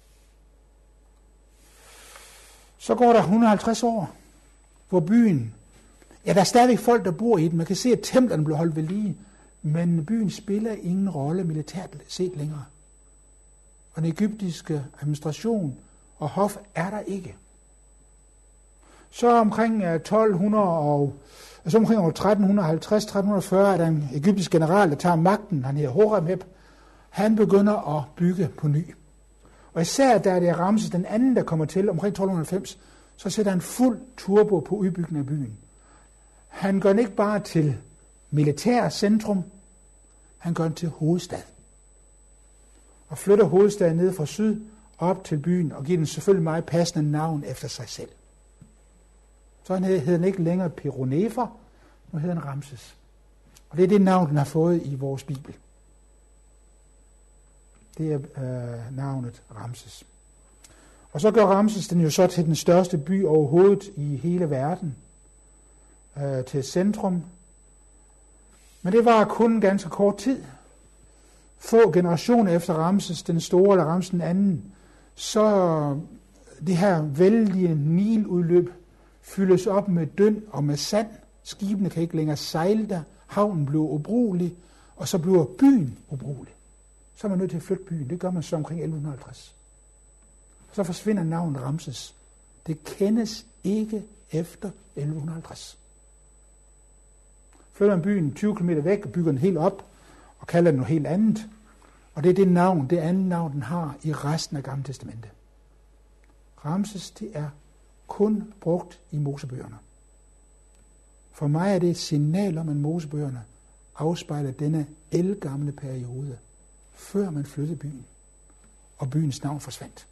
Så går der 150 år, hvor byen, ja, der er stadig folk, der bor i den. Man kan se, at templerne bliver holdt ved lige, men byen spiller ingen rolle militært set længere. Og den egyptiske administration og hof er der ikke. Så omkring 1350-1340 er der en egyptisk general, der tager magten. Han hedder Horemheb. Han begynder at bygge på ny. Og især da det er Ramses den anden, der kommer til omkring 1290, så sætter han fuld turbo på udbygningen af byen. Han gør den ikke bare til militær centrum, han gør den til hovedstad. Og flytter hovedstaden ned fra syd op til byen, og giver den selvfølgelig meget passende navn efter sig selv. Så hedder den ikke længere Peronefer, nu hedder den Ramses. Og det er det navn, den har fået i vores Bibel. Det er navnet Ramses. Og så gør Ramses den jo så til den største by overhovedet i hele verden. Til centrum. Men det var kun ganske kort tid. Få generationer efter Ramses den store eller Ramses den anden, så det her vældige Niludløb fyldes op med dynd og med sand. Skibene kan ikke længere sejle der. Havnen bliver ubrugelig, og så bliver byen ubrugelig. Så er man nødt til at flytte byen. Det gør man så omkring 1150. Så forsvinder navnet Ramses. Det kendes ikke efter 1150. Flytter man byen 20 km væk og bygger den helt op og kalder den noget helt andet. Og det er det andet navn, den har i resten af Gamle Testamentet. Ramses, det er kun brugt i Mosebøgerne. For mig er det et signal om, at Mosebøgerne afspejler denne ældgamle periode, før man flyttede byen, og byens navn forsvandt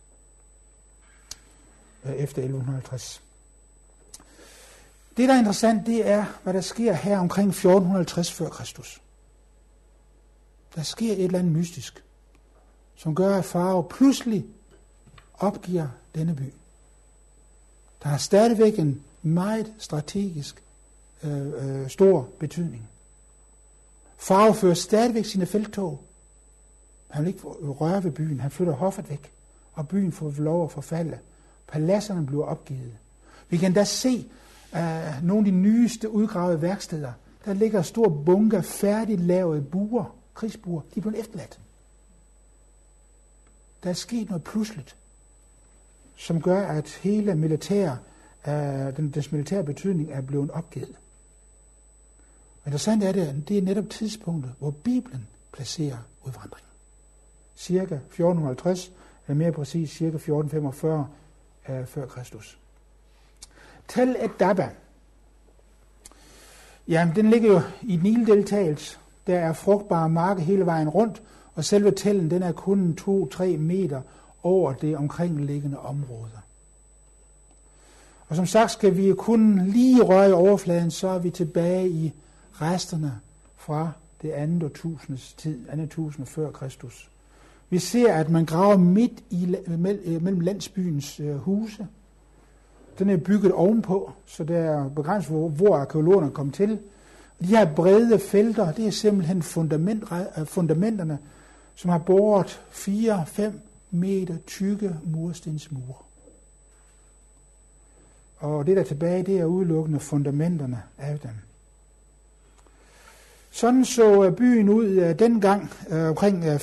efter 1150. Det, der er interessant, det er, hvad der sker her omkring 1450 før Kristus. Der sker et eller andet mystisk, som gør, at farao pludselig opgiver denne by. Der har stadigvæk en meget strategisk stor betydning. Farao fører stadigvæk sine felttog. Han vil ikke røre ved byen. Han flytter hoffet væk, og byen får lov at forfalde. Paladserne bliver opgivet. Vi kan da se nogle af de nyeste udgravede værksteder. Der ligger stor bunker færdigt lavede buer, krigsbuer. De er blevet efterladt. Der er sket noget pludseligt, som gør, at hele dens militære betydning er blevet opgivet. Interessant er det er netop tidspunktet, hvor Bibelen placerer udvandringen. Cirka 1450, eller mere præcis, cirka 1445 før Kristus. Tel Edaba. Jamen, den ligger jo i Nildeltaet. Der er frugtbare marker hele vejen rundt, og selve tellen, den er kun 2-3 meter over det omkringliggende område. Og som sagt skal vi kun lige røre overfladen, så er vi tilbage i resterne fra det andet årtusindes tid, andet tusinde før Kristus. Vi ser, at man graver midt mellem landsbyens huse. Den er bygget ovenpå, så der er begrænset, hvor arkeologerne kom til. De her brede felter, det er simpelthen fundamenterne, som har båret 4-5 meter tykke murstensmure. Og det der tilbage, det er udelukkende fundamenterne af dem. Sådan så byen ud dengang omkring 1450-1500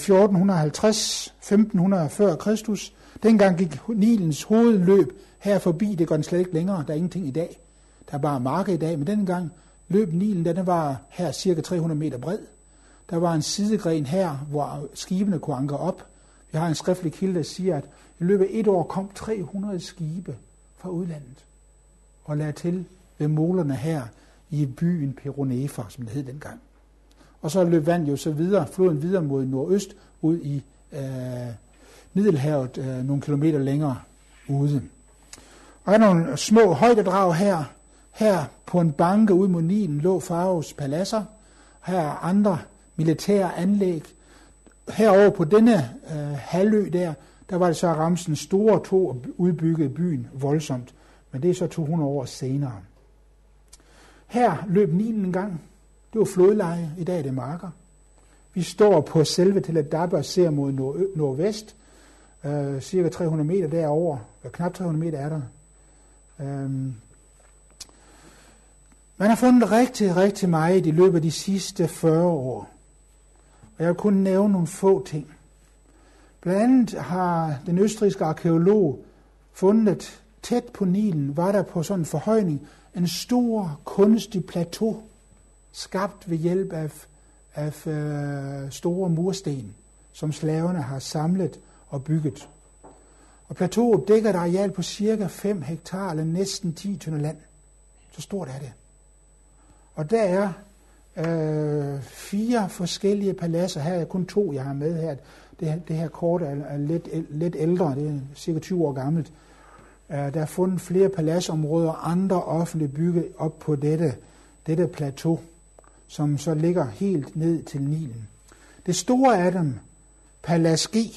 før Kristus. Dengang gik Nilens hovedløb her forbi, det går den slet ikke længere, der er ingenting i dag. Der er bare marker i dag, men dengang løb Nilen, den var her cirka 300 meter bred. Der var en sidegren her, hvor skibene kunne ankre op. Vi har en skriftlig kilde, der siger, at i løbet af et år kom 300 skibe fra udlandet og lagde til ved molerne her i byen Peronefa, som det hed dengang. Og så løb vandet jo så videre, floden videre mod nordøst, ud i Middelhavet nogle kilometer længere ude. Og der er nogle små højdedrag her. Her på en banke ud mod Nilen lå faraos paladser. Her er andre militære anlæg. Herover på denne halvø der var det så Ramsens store to udbyggede byen voldsomt. Men det er så 200 år senere. Her løb Nilen en gang. Det var flodleje, i dag er det marker. Vi står på selve Tel Edaba og ser mod nordvest. Cirka 300 meter derover. Knap 300 meter er der. Man har fundet rigtig, rigtig meget i løbet af de sidste 40 år. Og jeg vil kun nævne nogle få ting. Blandt andet har den østrigske arkeolog fundet tæt på Nilen, var der på sådan en forhøjning, en stor kunstig plateau, skabt ved hjælp af store mursten, som slaverne har samlet og bygget. Og plateauet dækker et areal på cirka 5 hektar, eller næsten 10 tønder land. Så stort er det. Og der er 4 forskellige paladser. Her er kun 2, jeg har med her. Det her kort er lidt ældre, det er cirka 20 år gammelt. Der er fundet flere paladsområder og andre offentlige bygget op på dette plateau, som så ligger helt ned til Nilen. Det store af dem, Palads G,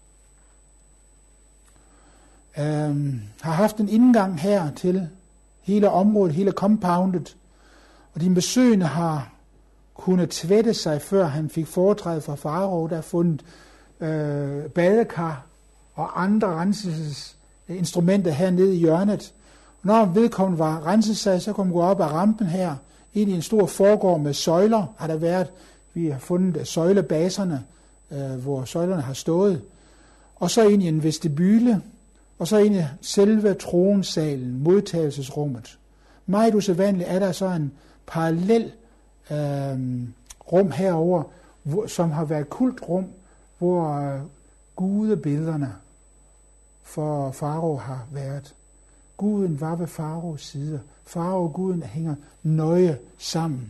har haft en indgang her til hele området, hele compoundet, og de besøgende har kunnet tvætte sig, før han fik foretræde fra farao. Der er fundet badekar og andre renselsesinstrumenter hernede i hjørnet. Og når vedkommende var renset sig, så kunne man gå op ad rampen her, ind i en stor forgård med søjler, har der været. Vi har fundet søjlebaserne, hvor søjlerne har stået. Og så ind i en vestibyle, og så ind i selve tronsalen, modtagelsesrummet. Meget usædvanligt er der så en parallel rum herover, som har været kultrum, hvor gudebillederne for farao har været. Guden var ved faraos side. Farao og guden hænger nøje sammen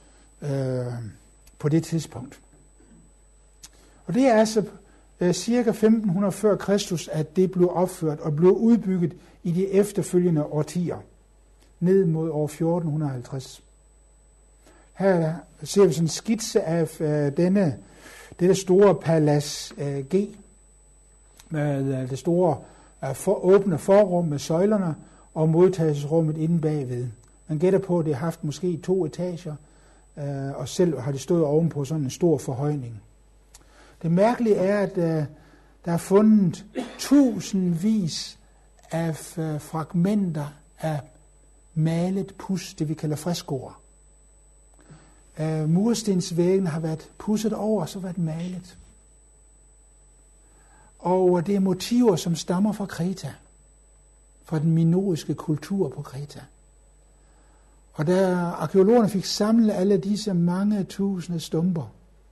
på det tidspunkt. Og det er altså cirka 1500 før Kristus, at det blev opført og blev udbygget i de efterfølgende årtier, ned mod år 1450. Her ser vi sådan en skitse af dette store Palads G, med det store åbne forrum med søjlerne og modtagelsesrummet inde bagved. Man gætter på, at det har haft måske 2 etager, og selv har det stået ovenpå sådan en stor forhøjning. Det mærkelige er, at der er fundet tusindvis af fragmenter af malet pus, det vi kalder freskoer. Murstensvæggen har været pudset over, så været malet. Og det er motiver, som stammer fra Kreta, fra den minoiske kultur på Kreta. Og da arkæologerne fik samlet alle disse mange tusinde stumper,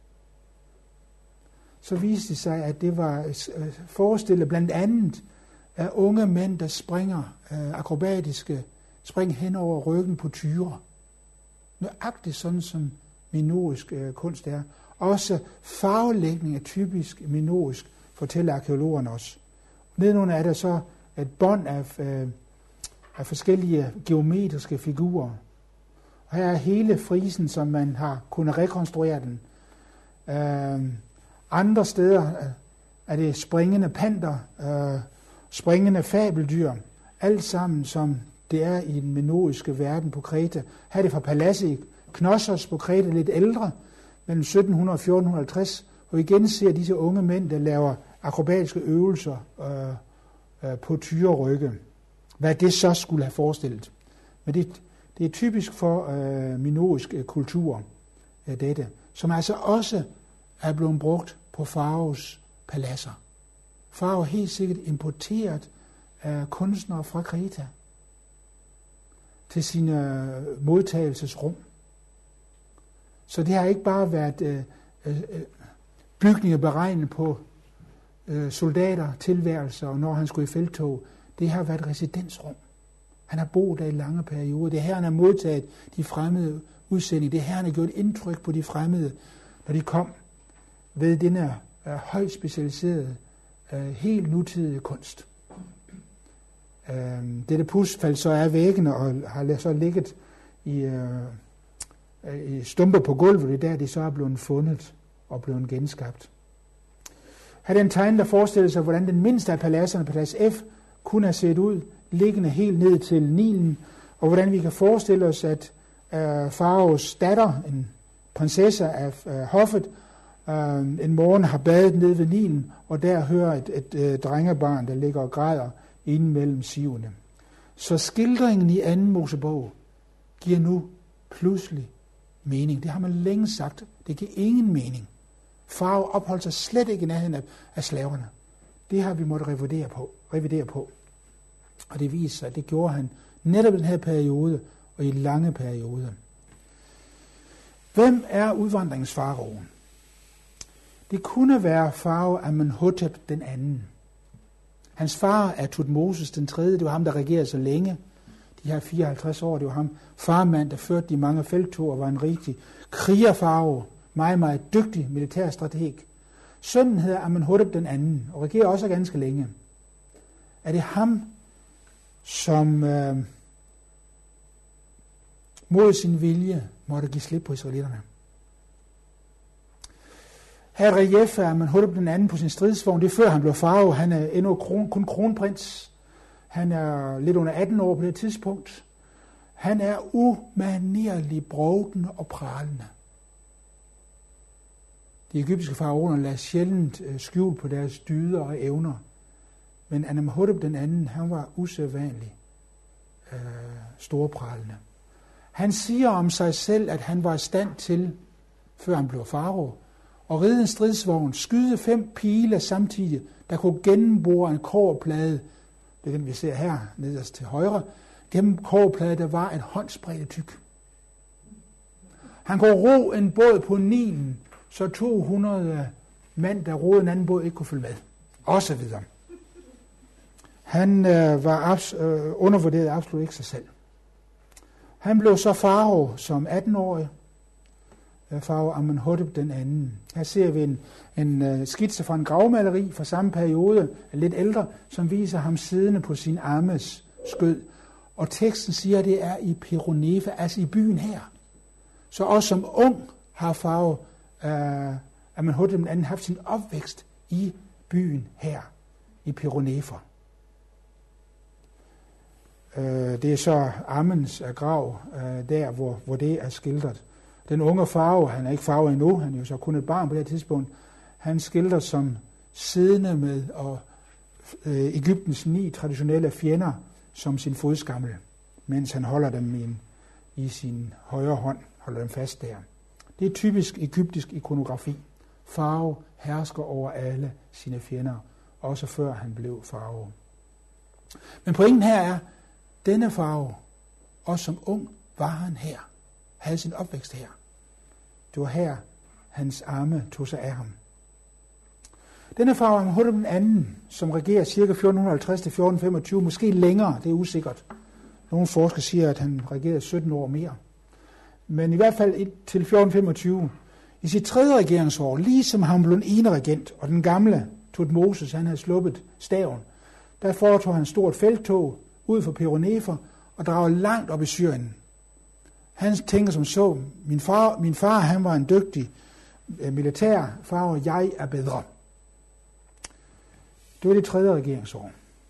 så viste det sig, at det var forestillet blandt andet af unge mænd, der springer akrobatiske spring hen over ryggen på tyre. Nøjagtigt sådan som minoisk kunst er. Også farvelægning er typisk minoisk, fortæller arkæologerne også. Nedenunder er der så et bånd af forskellige geometriske figurer. Og her er hele frisen, som man har kunnet rekonstruere den. Andre steder er det springende panter, springende fabeldyr, alt sammen som det er i den minoiske verden på Kreta. Her er det fra paladset Knossos på Kreta, lidt ældre, mellem 1700 og 1450, hvor vi igen ser disse unge mænd, der laver akrobatiske øvelser på tyrerygge. Hvad det så skulle have forestillet. Men det er typisk for minoisk kultur, dette, som altså også er blevet brugt på Faraos paladser. Farao helt sikkert importeret af kunstnere fra Kreta til sine modtagelsesrum. Så det har ikke bare været bygninger beregnet på soldater, tilværelser, og når han skulle i felttog. Det har været residensrum. Han har boet der i lange perioder. Det er her, han har modtaget de fremmede udsendinger. Det er her, han har gjort indtryk på de fremmede, når de kom ved denne højt specialiserede, helt nutidige kunst. Dette pusfald så er væggene og har så ligget i stumper på gulvet. Det er der, de så er blevet fundet og blevet genskabt. Her er den tegn, der forestiller sig, hvordan den mindste af paladserne, palads F, kunne have set ud, liggende helt ned til Nilen, og hvordan vi kan forestille os, at Faraos datter, en prinsesse af hoffet, en morgen har badet ned ved Nilen, og der hører et drengebarn, der ligger og græder inde mellem sivene. Så skildringen i 2. Mosebog giver nu pludselig mening. Det har man længe sagt. Det giver ingen mening. Farao opholdt sig slet ikke i nærheden af slaverne. Det har vi måttet revidere på. Og det viser sig, at det gjorde han netop i den her periode og i lange perioder. Hvem er udvandringsfaraoen? Det kunne være farao Amenhotep den anden. Hans far er Tutmosis den tredje. Det var ham, der regerede så længe. De her 54 år, det var ham, farmand, der førte de mange felttog og var en rigtig krigerfarao. Meget, meget dygtig militærstrateg. Sønnen hedder Amenhotep den anden, og regerer også ganske længe. Er det ham, som mod sin vilje måtte give slip på israelitterne? Her er relief af Amenhotep den anden på sin stridsvogn. Det er før han blev farao. Han er endnu kun kronprins. Han er lidt under 18 år på det tidspunkt. Han er umanerlig brovtende og pralende. De egyptiske faraoner lader sjældent skjul på deres dyder og evner. Men Amenhotep den anden, han var usædvanlig storpralende. Han siger om sig selv, at han var i stand til, før han blev farao, at ride en stridsvogn, skyde 5 pile samtidig, der kunne gennembore en kobberplade. Det er den, vi ser her, nederst til højre. Gennem kobberplade, der var en håndsbredde tyk. Han kunne ro en båd på Nilen, så 200 mand, der roede en anden båd, ikke kunne følge med. Og så videre. Han var undervurderet absolut ikke sig selv. Han blev så farao som 18-årig. Farao Amenhotep den anden. Her ser vi en skitse fra en gravmaleri fra samme periode, lidt ældre, som viser ham siddende på sin ammes skød. Og teksten siger, at det er i Peronefa, altså i byen her. Så også som ung har farao Amenhotep den anden haft sin opvækst i byen her, i Peronefa. Det er så Amens grav, der hvor det er skildret. Den unge farao, han er ikke farao endnu, han er jo så kun et barn på det tidspunkt, han skildrer som siddende med Egyptens 9 traditionelle fjender som sin fodskammel, mens han holder dem i sin højre hånd, holder dem fast der. Det er typisk egyptisk ikonografi. Farao hersker over alle sine fjender også før han blev farao. Men pointen her er, denne farao, også som ung, var han her, havde sin opvækst her. Det var her, hans arme tog sig af ham. Denne farao Amenhotep den anden, som regerer ca. 1450-1425, måske længere, det er usikkert. Nogle forskere siger, at han regerede 17 år mere. Men i hvert fald til 1425. I sit tredje regeringsår, ligesom han blev en ene regent, og den gamle Thutmoses, han havde sluppet staven, der foretog han et stort felttog ud for Peloponneser og dragede langt op i Syrien. Han tænker som så, min far han var en dygtig militær farao, og jeg er bedre. Det var det tredje regeringsår.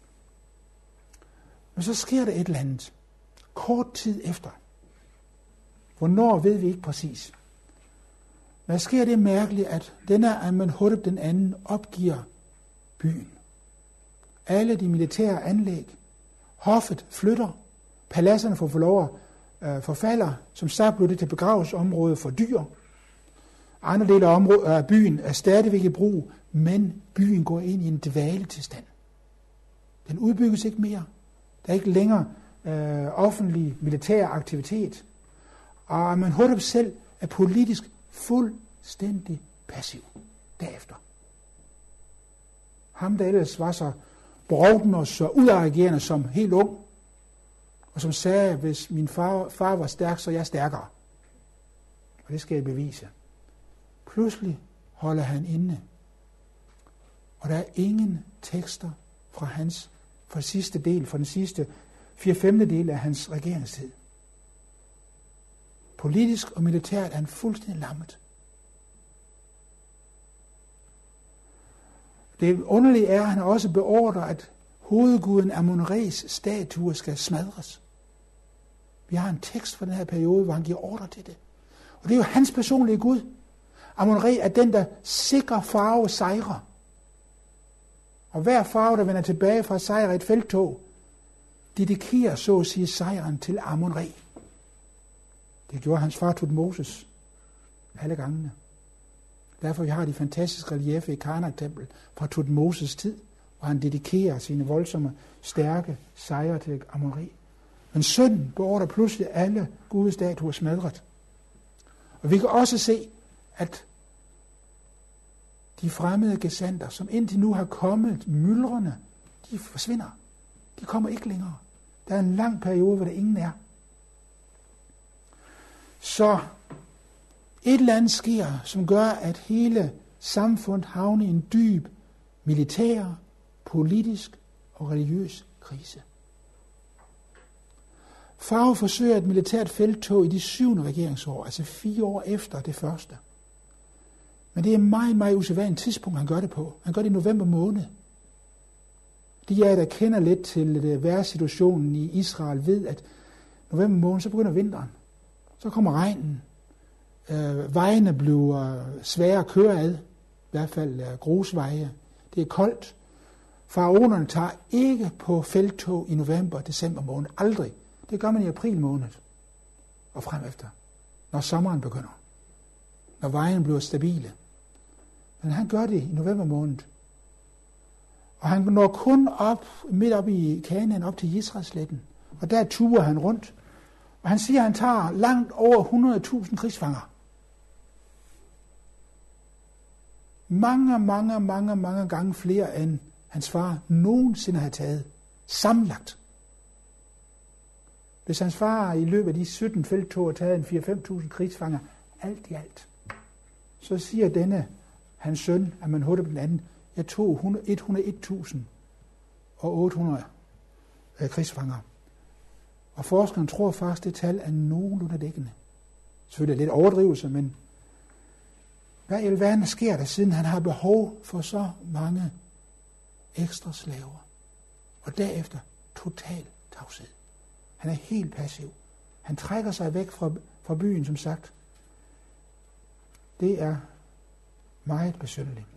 Men så sker der et eller andet. Kort tid efter. Hvornår ved vi ikke præcis. Men der sker det mærkeligt, at denne Amenhotep den anden opgiver byen. Alle de militære anlæg, hoffet flytter, paladserne får lov at forfalder, som sagt blev det til begravelsesområde for dyr. Andre dele af byen er stadigvæk i brug, men byen går ind i en dvaletilstand. Den udbygges ikke mere. Der er ikke længere offentlig militær aktivitet. Og Amenhotep selv er politisk fuldstændig passiv derefter. Ham, der ellers var så brovden og så udadreagerende som helt ung, og som sagde, hvis min far var stærk, så er jeg stærkere. Og det skal jeg bevise. Pludselig holder han inde. Og der er ingen tekster fra den sidste 4/5 del af hans regeringstid. Politisk og militært er han fuldstændig lammet. Det underlige er, at han også beordrer, at hovedguden Amon-Res statue skal smadres. Vi har en tekst fra den her periode, hvor han giver ordre til det. Og det er jo hans personlige Gud. Amon-Re er den, der sikrer farao sejre. Og hver farao, der vender tilbage fra sejre i et felttog, dedikerer så at sige sejren til Amon-Re. Det gjorde hans far Thutmoses alle gangene. Derfor vi har de fantastiske relieffer i Karnak-tempel fra Thutmoses tid, hvor han dedikerer sine voldsomme, stærke sejre til Amon-Re. Men sønnen beordrer pludselig alle gudestatuer smadret. Og vi kan også se, at de fremmede gesandter, som indtil nu har kommet myldrende, de forsvinder. De kommer ikke længere. Der er en lang periode, hvor der ingen er. Så et eller andet sker, som gør, at hele samfundet havner i en dyb militær, politisk og religiøs krise. Farao forsøger et militært felttog i de 7. regeringsår, altså 4 år efter det første. Men det er meget, meget usædvanligt tidspunkt, han gør det på. Han gør det i november måned. De af der kender lidt til vejrsituationen i Israel, ved, at november måned, så begynder vinteren. Så kommer regnen. Vejene bliver svære at køre ad. I hvert fald grusveje. Det er koldt. Faraonerne tager ikke på felttog i november og december måned. Aldrig. Det gør man i april måned. Og frem efter. Når sommeren begynder. Når vejene bliver stabile. Men han gør det i november måned. Og han når kun midt op i Kanaan, op til Israelsletten. Og der turer han rundt. Og han siger, at han tager langt over 100.000 krigsfanger. Mange gange flere end hans far nogensinde har taget. Sammenlagt. Hvis hans far i løbet af de 17 felttog har taget 4-5.000 krigsfanger, alt i alt, så siger denne, hans søn, Amenhotep den anden, jeg tog 101.800 krigsfanger. Og forskerne tror faktisk, det tal er nogenlunde dækkende. Selvfølgelig lidt overdrivelse, men hvad i alverden sker der, siden han har behov for så mange ekstra slaver? Og derefter total tavshed. Han er helt passiv. Han trækker sig væk fra byen, som sagt. Det er meget besynderligt.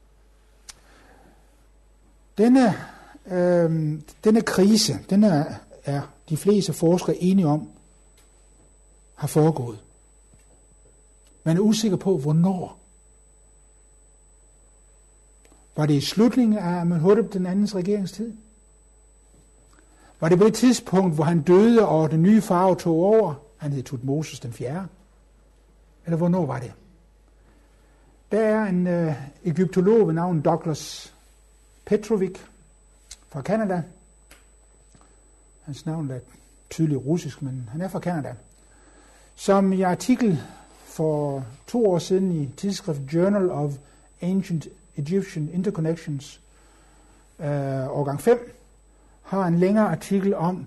Denne krise, denne er de fleste forskere enige om, har foregået. Man er usikker på, hvornår. Var det i slutningen af Amenhotep den andens regeringstid? Var det på et tidspunkt, hvor han døde, og den nye farao tog over? Han hed Tutmosis den 4. Eller hvornår var det? Der er en egyptolog ved navn Douglas Petrovic fra Canada. Hans navn er tydeligt russisk, men han er fra Canada. Som i artikel for 2 år siden i tidsskrift Journal of Ancient Egyptian Interconnections, årgang 5, har en længere artikel om,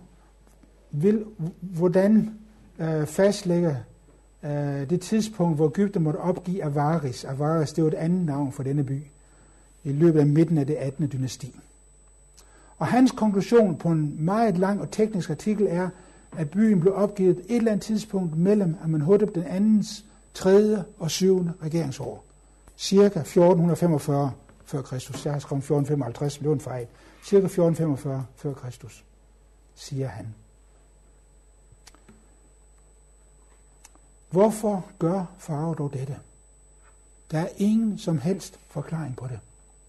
hvordan fastlægger det tidspunkt, hvor Egypten måtte opgive Avaris. Avaris, det var et andet navn for denne by, i løbet af midten af det 18. dynasti. Og hans konklusion på en meget lang og teknisk artikel er, at byen blev opgivet et eller andet tidspunkt mellem Amenhotep den andens 3. og 7. regeringsår. Cirka 1445 før Kristus. Jeg har skrevet 1455, men det var en fejl. Cirka 1445 før Kristus, siger han. Hvorfor gør farao dog dette? Der er ingen som helst forklaring på det.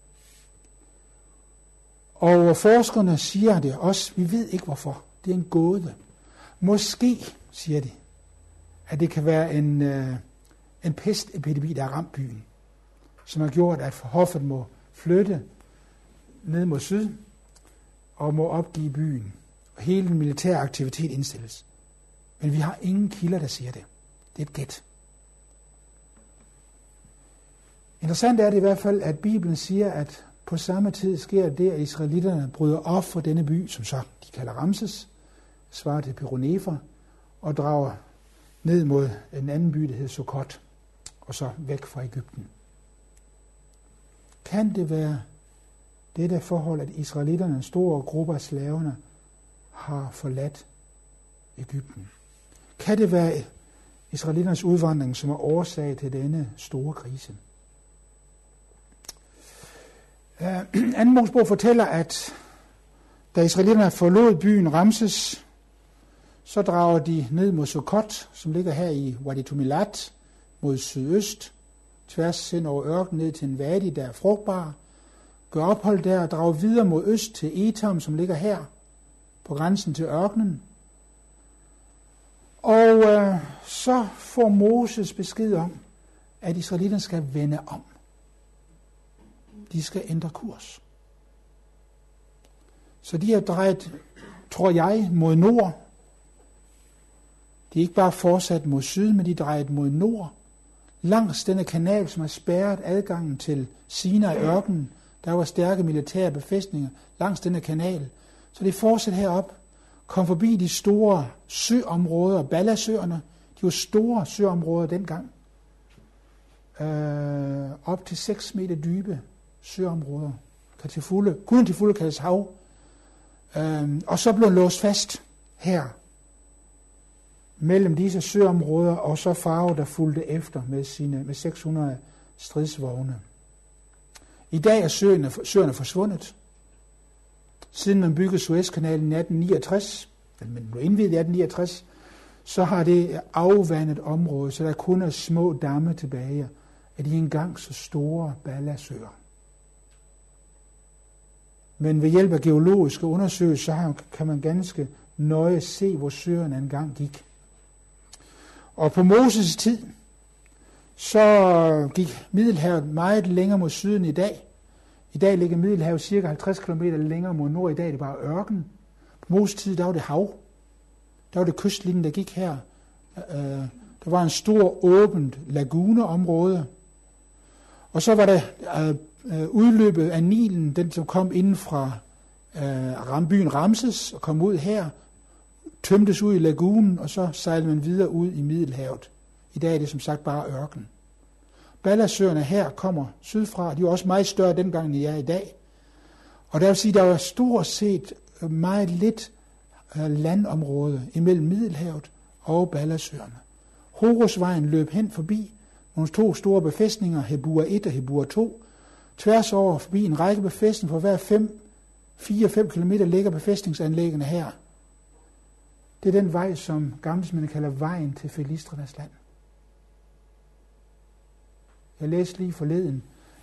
Og forskerne siger det også, vi ved ikke hvorfor. Det er en gåde. Måske, siger de, at det kan være en pestepidemi, der har ramt byen, som har gjort, at hoffet må flytte ned mod syd og må opgive byen. Og hele den militære aktivitet indstilles. Men vi har ingen kilder, der siger det. Det er et gæt. Interessant er det i hvert fald, at Bibelen siger, at på samme tid sker det, at israelitterne bryder op for denne by, som så de kalder Ramses, svarer til Peronefer, og drager ned mod en anden by, der hedder Sukkot, og så væk fra Egypten. Kan det være dette forhold, at israelitterne, en stor gruppe af slaverne, har forladt Egypten? Kan det være israelitternes udvandring, som er årsag til denne store krise? Anden Mosebog fortæller, at da israelitterne forlod byen Ramses, så drager de ned mod Sukkot, som ligger her i Wadi Tumilat, mod sydøst, tværs hen over ørkenen ned til en vadi, der er frugtbar, gør ophold der og drager videre mod øst til Etam, som ligger her på grænsen til ørkenen. Og så får Moses besked om, at israelitterne skal vende om. De skal ændre kurs. Så de har drejet, tror jeg, mod nord. De er ikke bare fortsat mod syd, men de drejet mod nord. Langs denne kanal, som har spærret adgangen til Sinai-ørkenen. Der var stærke militære befæstninger langs denne kanal. Så de fortsætter herop, kom forbi de store søområder, Ballasøerne. De var store søområder dengang. Op til 6 meter dybe søområder. Kunne til fulde kaldes hav. Og så blev låst fast her mellem disse søområder, og så farao, der fulgte efter med 600 stridsvogne. I dag er søerne forsvundet. Siden man byggede Suezkanalen i 1869, men blev indviet i 1869, så har det afvandet område, så der kun er små damme tilbage af de engang så store ballasøer. Men ved hjælp af geologiske undersøgelser, kan man ganske nøje se, hvor søerne engang gik. Og på Moses' tid, så gik Middelhavet meget længere mod syden i dag. I dag ligger Middelhavet cirka 50 km længere mod nord. I dag er det bare ørken. På Moses' tid, der var det hav. Der var det kystlinjen, der gik her. Der var en stor, åbent laguneområde. Og så var der udløbet af Nilen, den som kom inden fra byen Ramses og kom ud her, tømtes ud i lagunen, og så sejlede man videre ud i Middelhavet. I dag er det som sagt bare ørken. Ballasøerne her kommer sydfra. De var også meget større dengang, end de er i dag. Og der vil sige, der var stort set meget lidt landområde imellem Middelhavet og Ballasøerne. Horusvejen løb hen forbi nogle 2 store befæstninger, Hebur 1 og Hebur 2, tværs over forbi en række befæstninger. For hver 4-5 kilometer ligger befæstningsanlæggene her. Det er den vej, som gammelmændene kalder vejen til filistrenes land. Jeg læste lige forleden,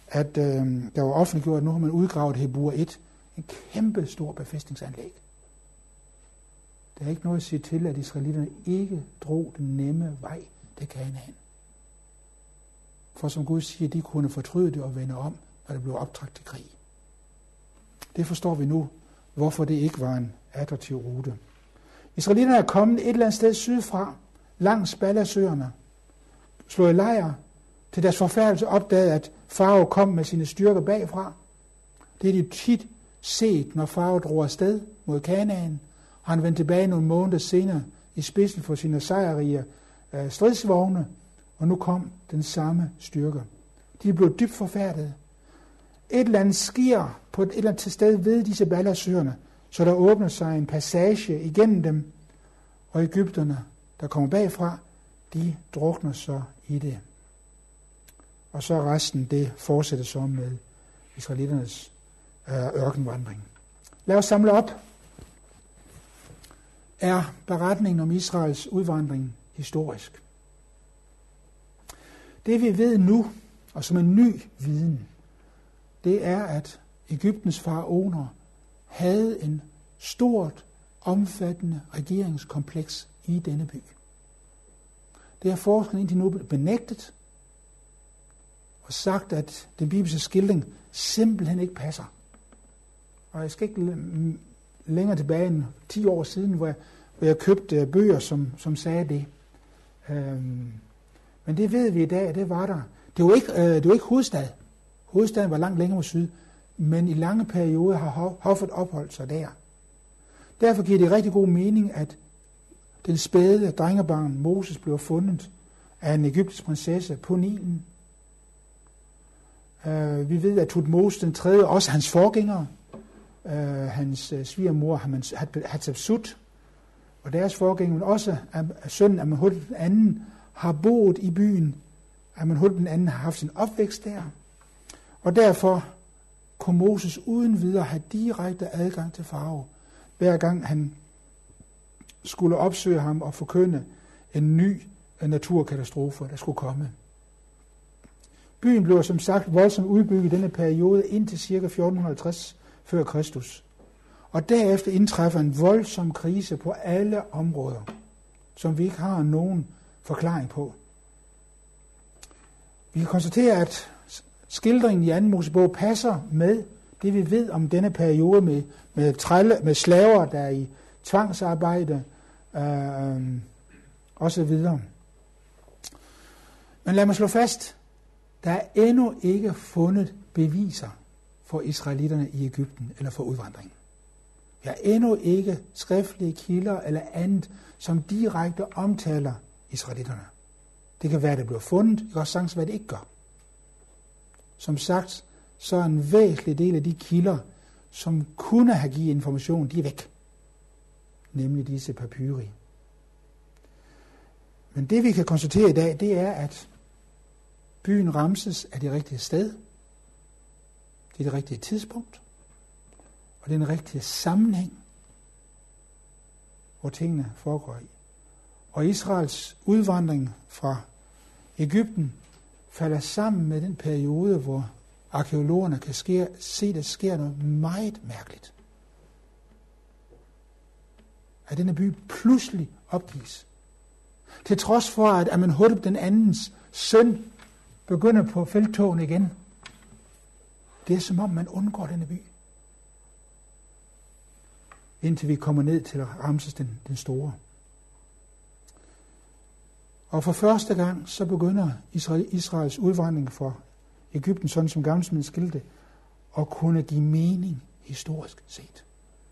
at der var offentliggjort, at nu har man udgravet Hebur 1, en kæmpe stor befæstningsanlæg. Der er ikke noget at sige til, at israelitterne ikke drog den nemme vej til Kanaan. For som Gud siger, de kunne fortryde det og vende om, når det blev optragt til krig. Det forstår vi nu, hvorfor det ikke var en attraktiv rute. Israelitterne er kommet et eller andet sted sydfra, langs Ballasøerne, slået i lejr, til deres forfærdelse opdagede, at farao kom med sine styrker bagfra. Det er de tit set, når farao drog afsted mod Kanaan. Han vendte tilbage nogle måneder senere i spidsen for sine sejrrige stridsvogne, og nu kom den samme styrke. De blev dybt forfærdede. Et eller andet sker på et eller andet sted ved disse Ballasøerne, så der åbner sig en passage igennem dem, og egypterne, der kommer bagfra, de drukner så i det. Og så resten, det fortsætter så med israelitternes ørkenvandring. Lad os samle op. Er beretningen om Israels udvandring historisk? Det vi ved nu, og som en ny viden, det er, at Egyptens faraoner havde en stort, omfattende regeringskompleks i denne by. Det har forskerne indtil nu benægtet og sagt, at den bibelske skildring simpelthen ikke passer. Og jeg skal ikke længere tilbage end 10 år siden, hvor jeg købte bøger, som sagde det. Men det ved vi i dag, at det var der. Det var ikke hovedstad. Hovedstaden var langt længere mod syd, men i lange perioder har hoffet opholdt sig der. Derfor giver det rigtig god mening, at den spæde drengebarn Moses blev fundet af en egyptisk prinsesse på Nilen. Vi ved, at Tutmoses den tredje, også hans forgængere, hans svigermor Hatshepsut, og deres forgængere, men også sønnen Amenhotep den anden, har boet i byen. Amenhotep den anden har haft sin opvækst der. Og derfor kunne Moses uden videre have direkte adgang til farao, hver gang han skulle opsøge ham og forkynde en ny naturkatastrofe, der skulle komme. Byen blev som sagt voldsomt udbygget i denne periode indtil ca. 1450 før Kristus. Og derefter indtræffer en voldsom krise på alle områder, som vi ikke har nogen forklaring på. Vi kan konstatere, at skildringen i 2. Mosebog passer med det, vi ved om denne periode med slaver, der er i tvangsarbejde og så videre. Men lad mig slå fast, der er endnu ikke fundet beviser for israelitterne i Egypten eller for udvandringen. Vi har endnu ikke skriftlige kilder eller andet, som direkte omtaler israelitterne. Det kan være, at det bliver fundet, det kan også sagtens være, at det ikke gør. Som sagt, så er en væsentlig del af de kilder, som kunne have givet information, de er væk. Nemlig disse papyri. Men det vi kan konstatere i dag, det er, at byen Ramses er det rigtige sted. Det er det rigtige tidspunkt. Og det er den rigtige sammenhæng, hvor tingene foregår i. Og Israels udvandring fra Egypten falder sammen med den periode, hvor arkæologerne kan se, at der sker noget meget mærkeligt. At denne by pludselig opgives. Til trods for, at Amenhotep den andens søn begynder på felttogen igen. Det er som om, man undgår denne by. Indtil vi kommer ned til Ramses den store. Og for første gang, så begynder Israels udvandring fra Egypten, sådan som Gammeltestamentet skilte, at kunne give mening historisk set.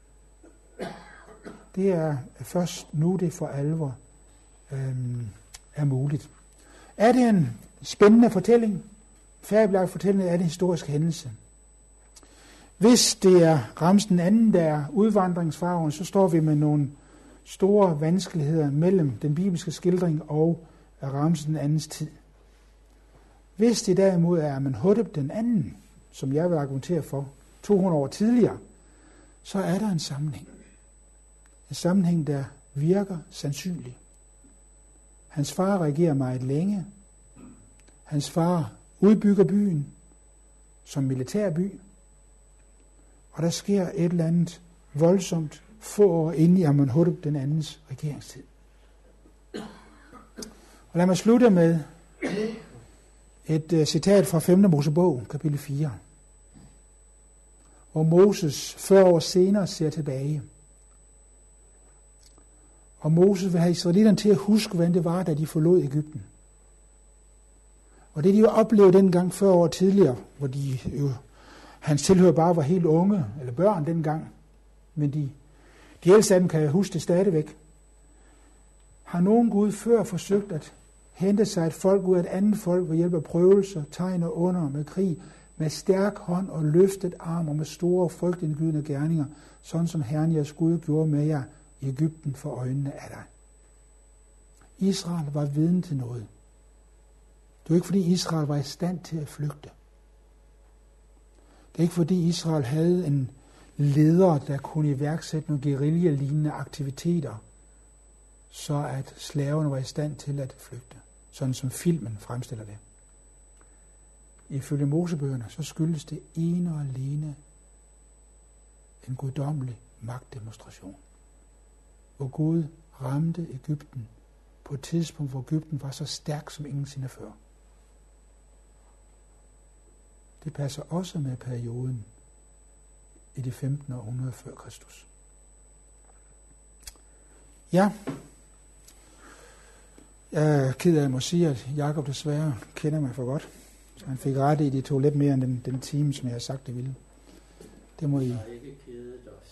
Det er først nu, det for alvor er muligt. Er det en spændende fortælling? Fabelagtig fortælling, er det en historisk hændelse. Hvis det er Ramses den anden, der er udvandringsfaraoen, så står vi med nogle store vanskeligheder mellem den bibelske skildring og Ramses den andens tid. Hvis det derimod er Amenhotep den anden, som jeg vil argumentere for, 200 år tidligere, så er der en sammenhæng. En sammenhæng, der virker sandsynlig. Hans far regerer meget længe. Hans far udbygger byen. som militærby, og der sker et eller andet voldsomt få år inde i Amenhotep den andens regeringstid. Og lad mig slutte med et citat fra 5. Mosebog, kapitel 4, hvor Moses 40 år senere ser tilbage. Og Moses vil have israelitterne til at huske, hvordan det var, da de forlod Egypten. Og det de jo oplevede dengang 40 år tidligere, hvor hans tilhører bare var helt unge, eller børn dengang, men de ældste af dem kan huske det stadigvæk. Har nogen Gud før forsøgt at hente sig et folk ud af et andet folk ved hjælp af prøvelser, tegn og under med krig, med stærk hånd og løftet arm og med store frygtindgydende gerninger, sådan som Herren jeres Gud gjorde med jer i Egypten for øjnene af dig. Israel var viden til noget. Det var ikke fordi Israel var i stand til at flygte. Det er ikke fordi Israel havde en leder, der kunne iværksætte nogle guerilla-lignende aktiviteter, så at slaverne var i stand til at flygte, sådan som filmen fremstiller det. Ifølge Mosebøgerne, så skyldes det ene og alene en guddommelig magtdemonstration, hvor Gud ramte Egypten på et tidspunkt, hvor Egypten var så stærk som ingensinde før. Det passer også med perioden i det 15. århundrede før Kristus. Ja, jeg er ked af at må sige, at Jakob desværre kender mig for godt. Så han fik ret i, at det tog lidt mere end den time, som jeg har sagt, det ville. Det må I... Jeg har ikke kedet os.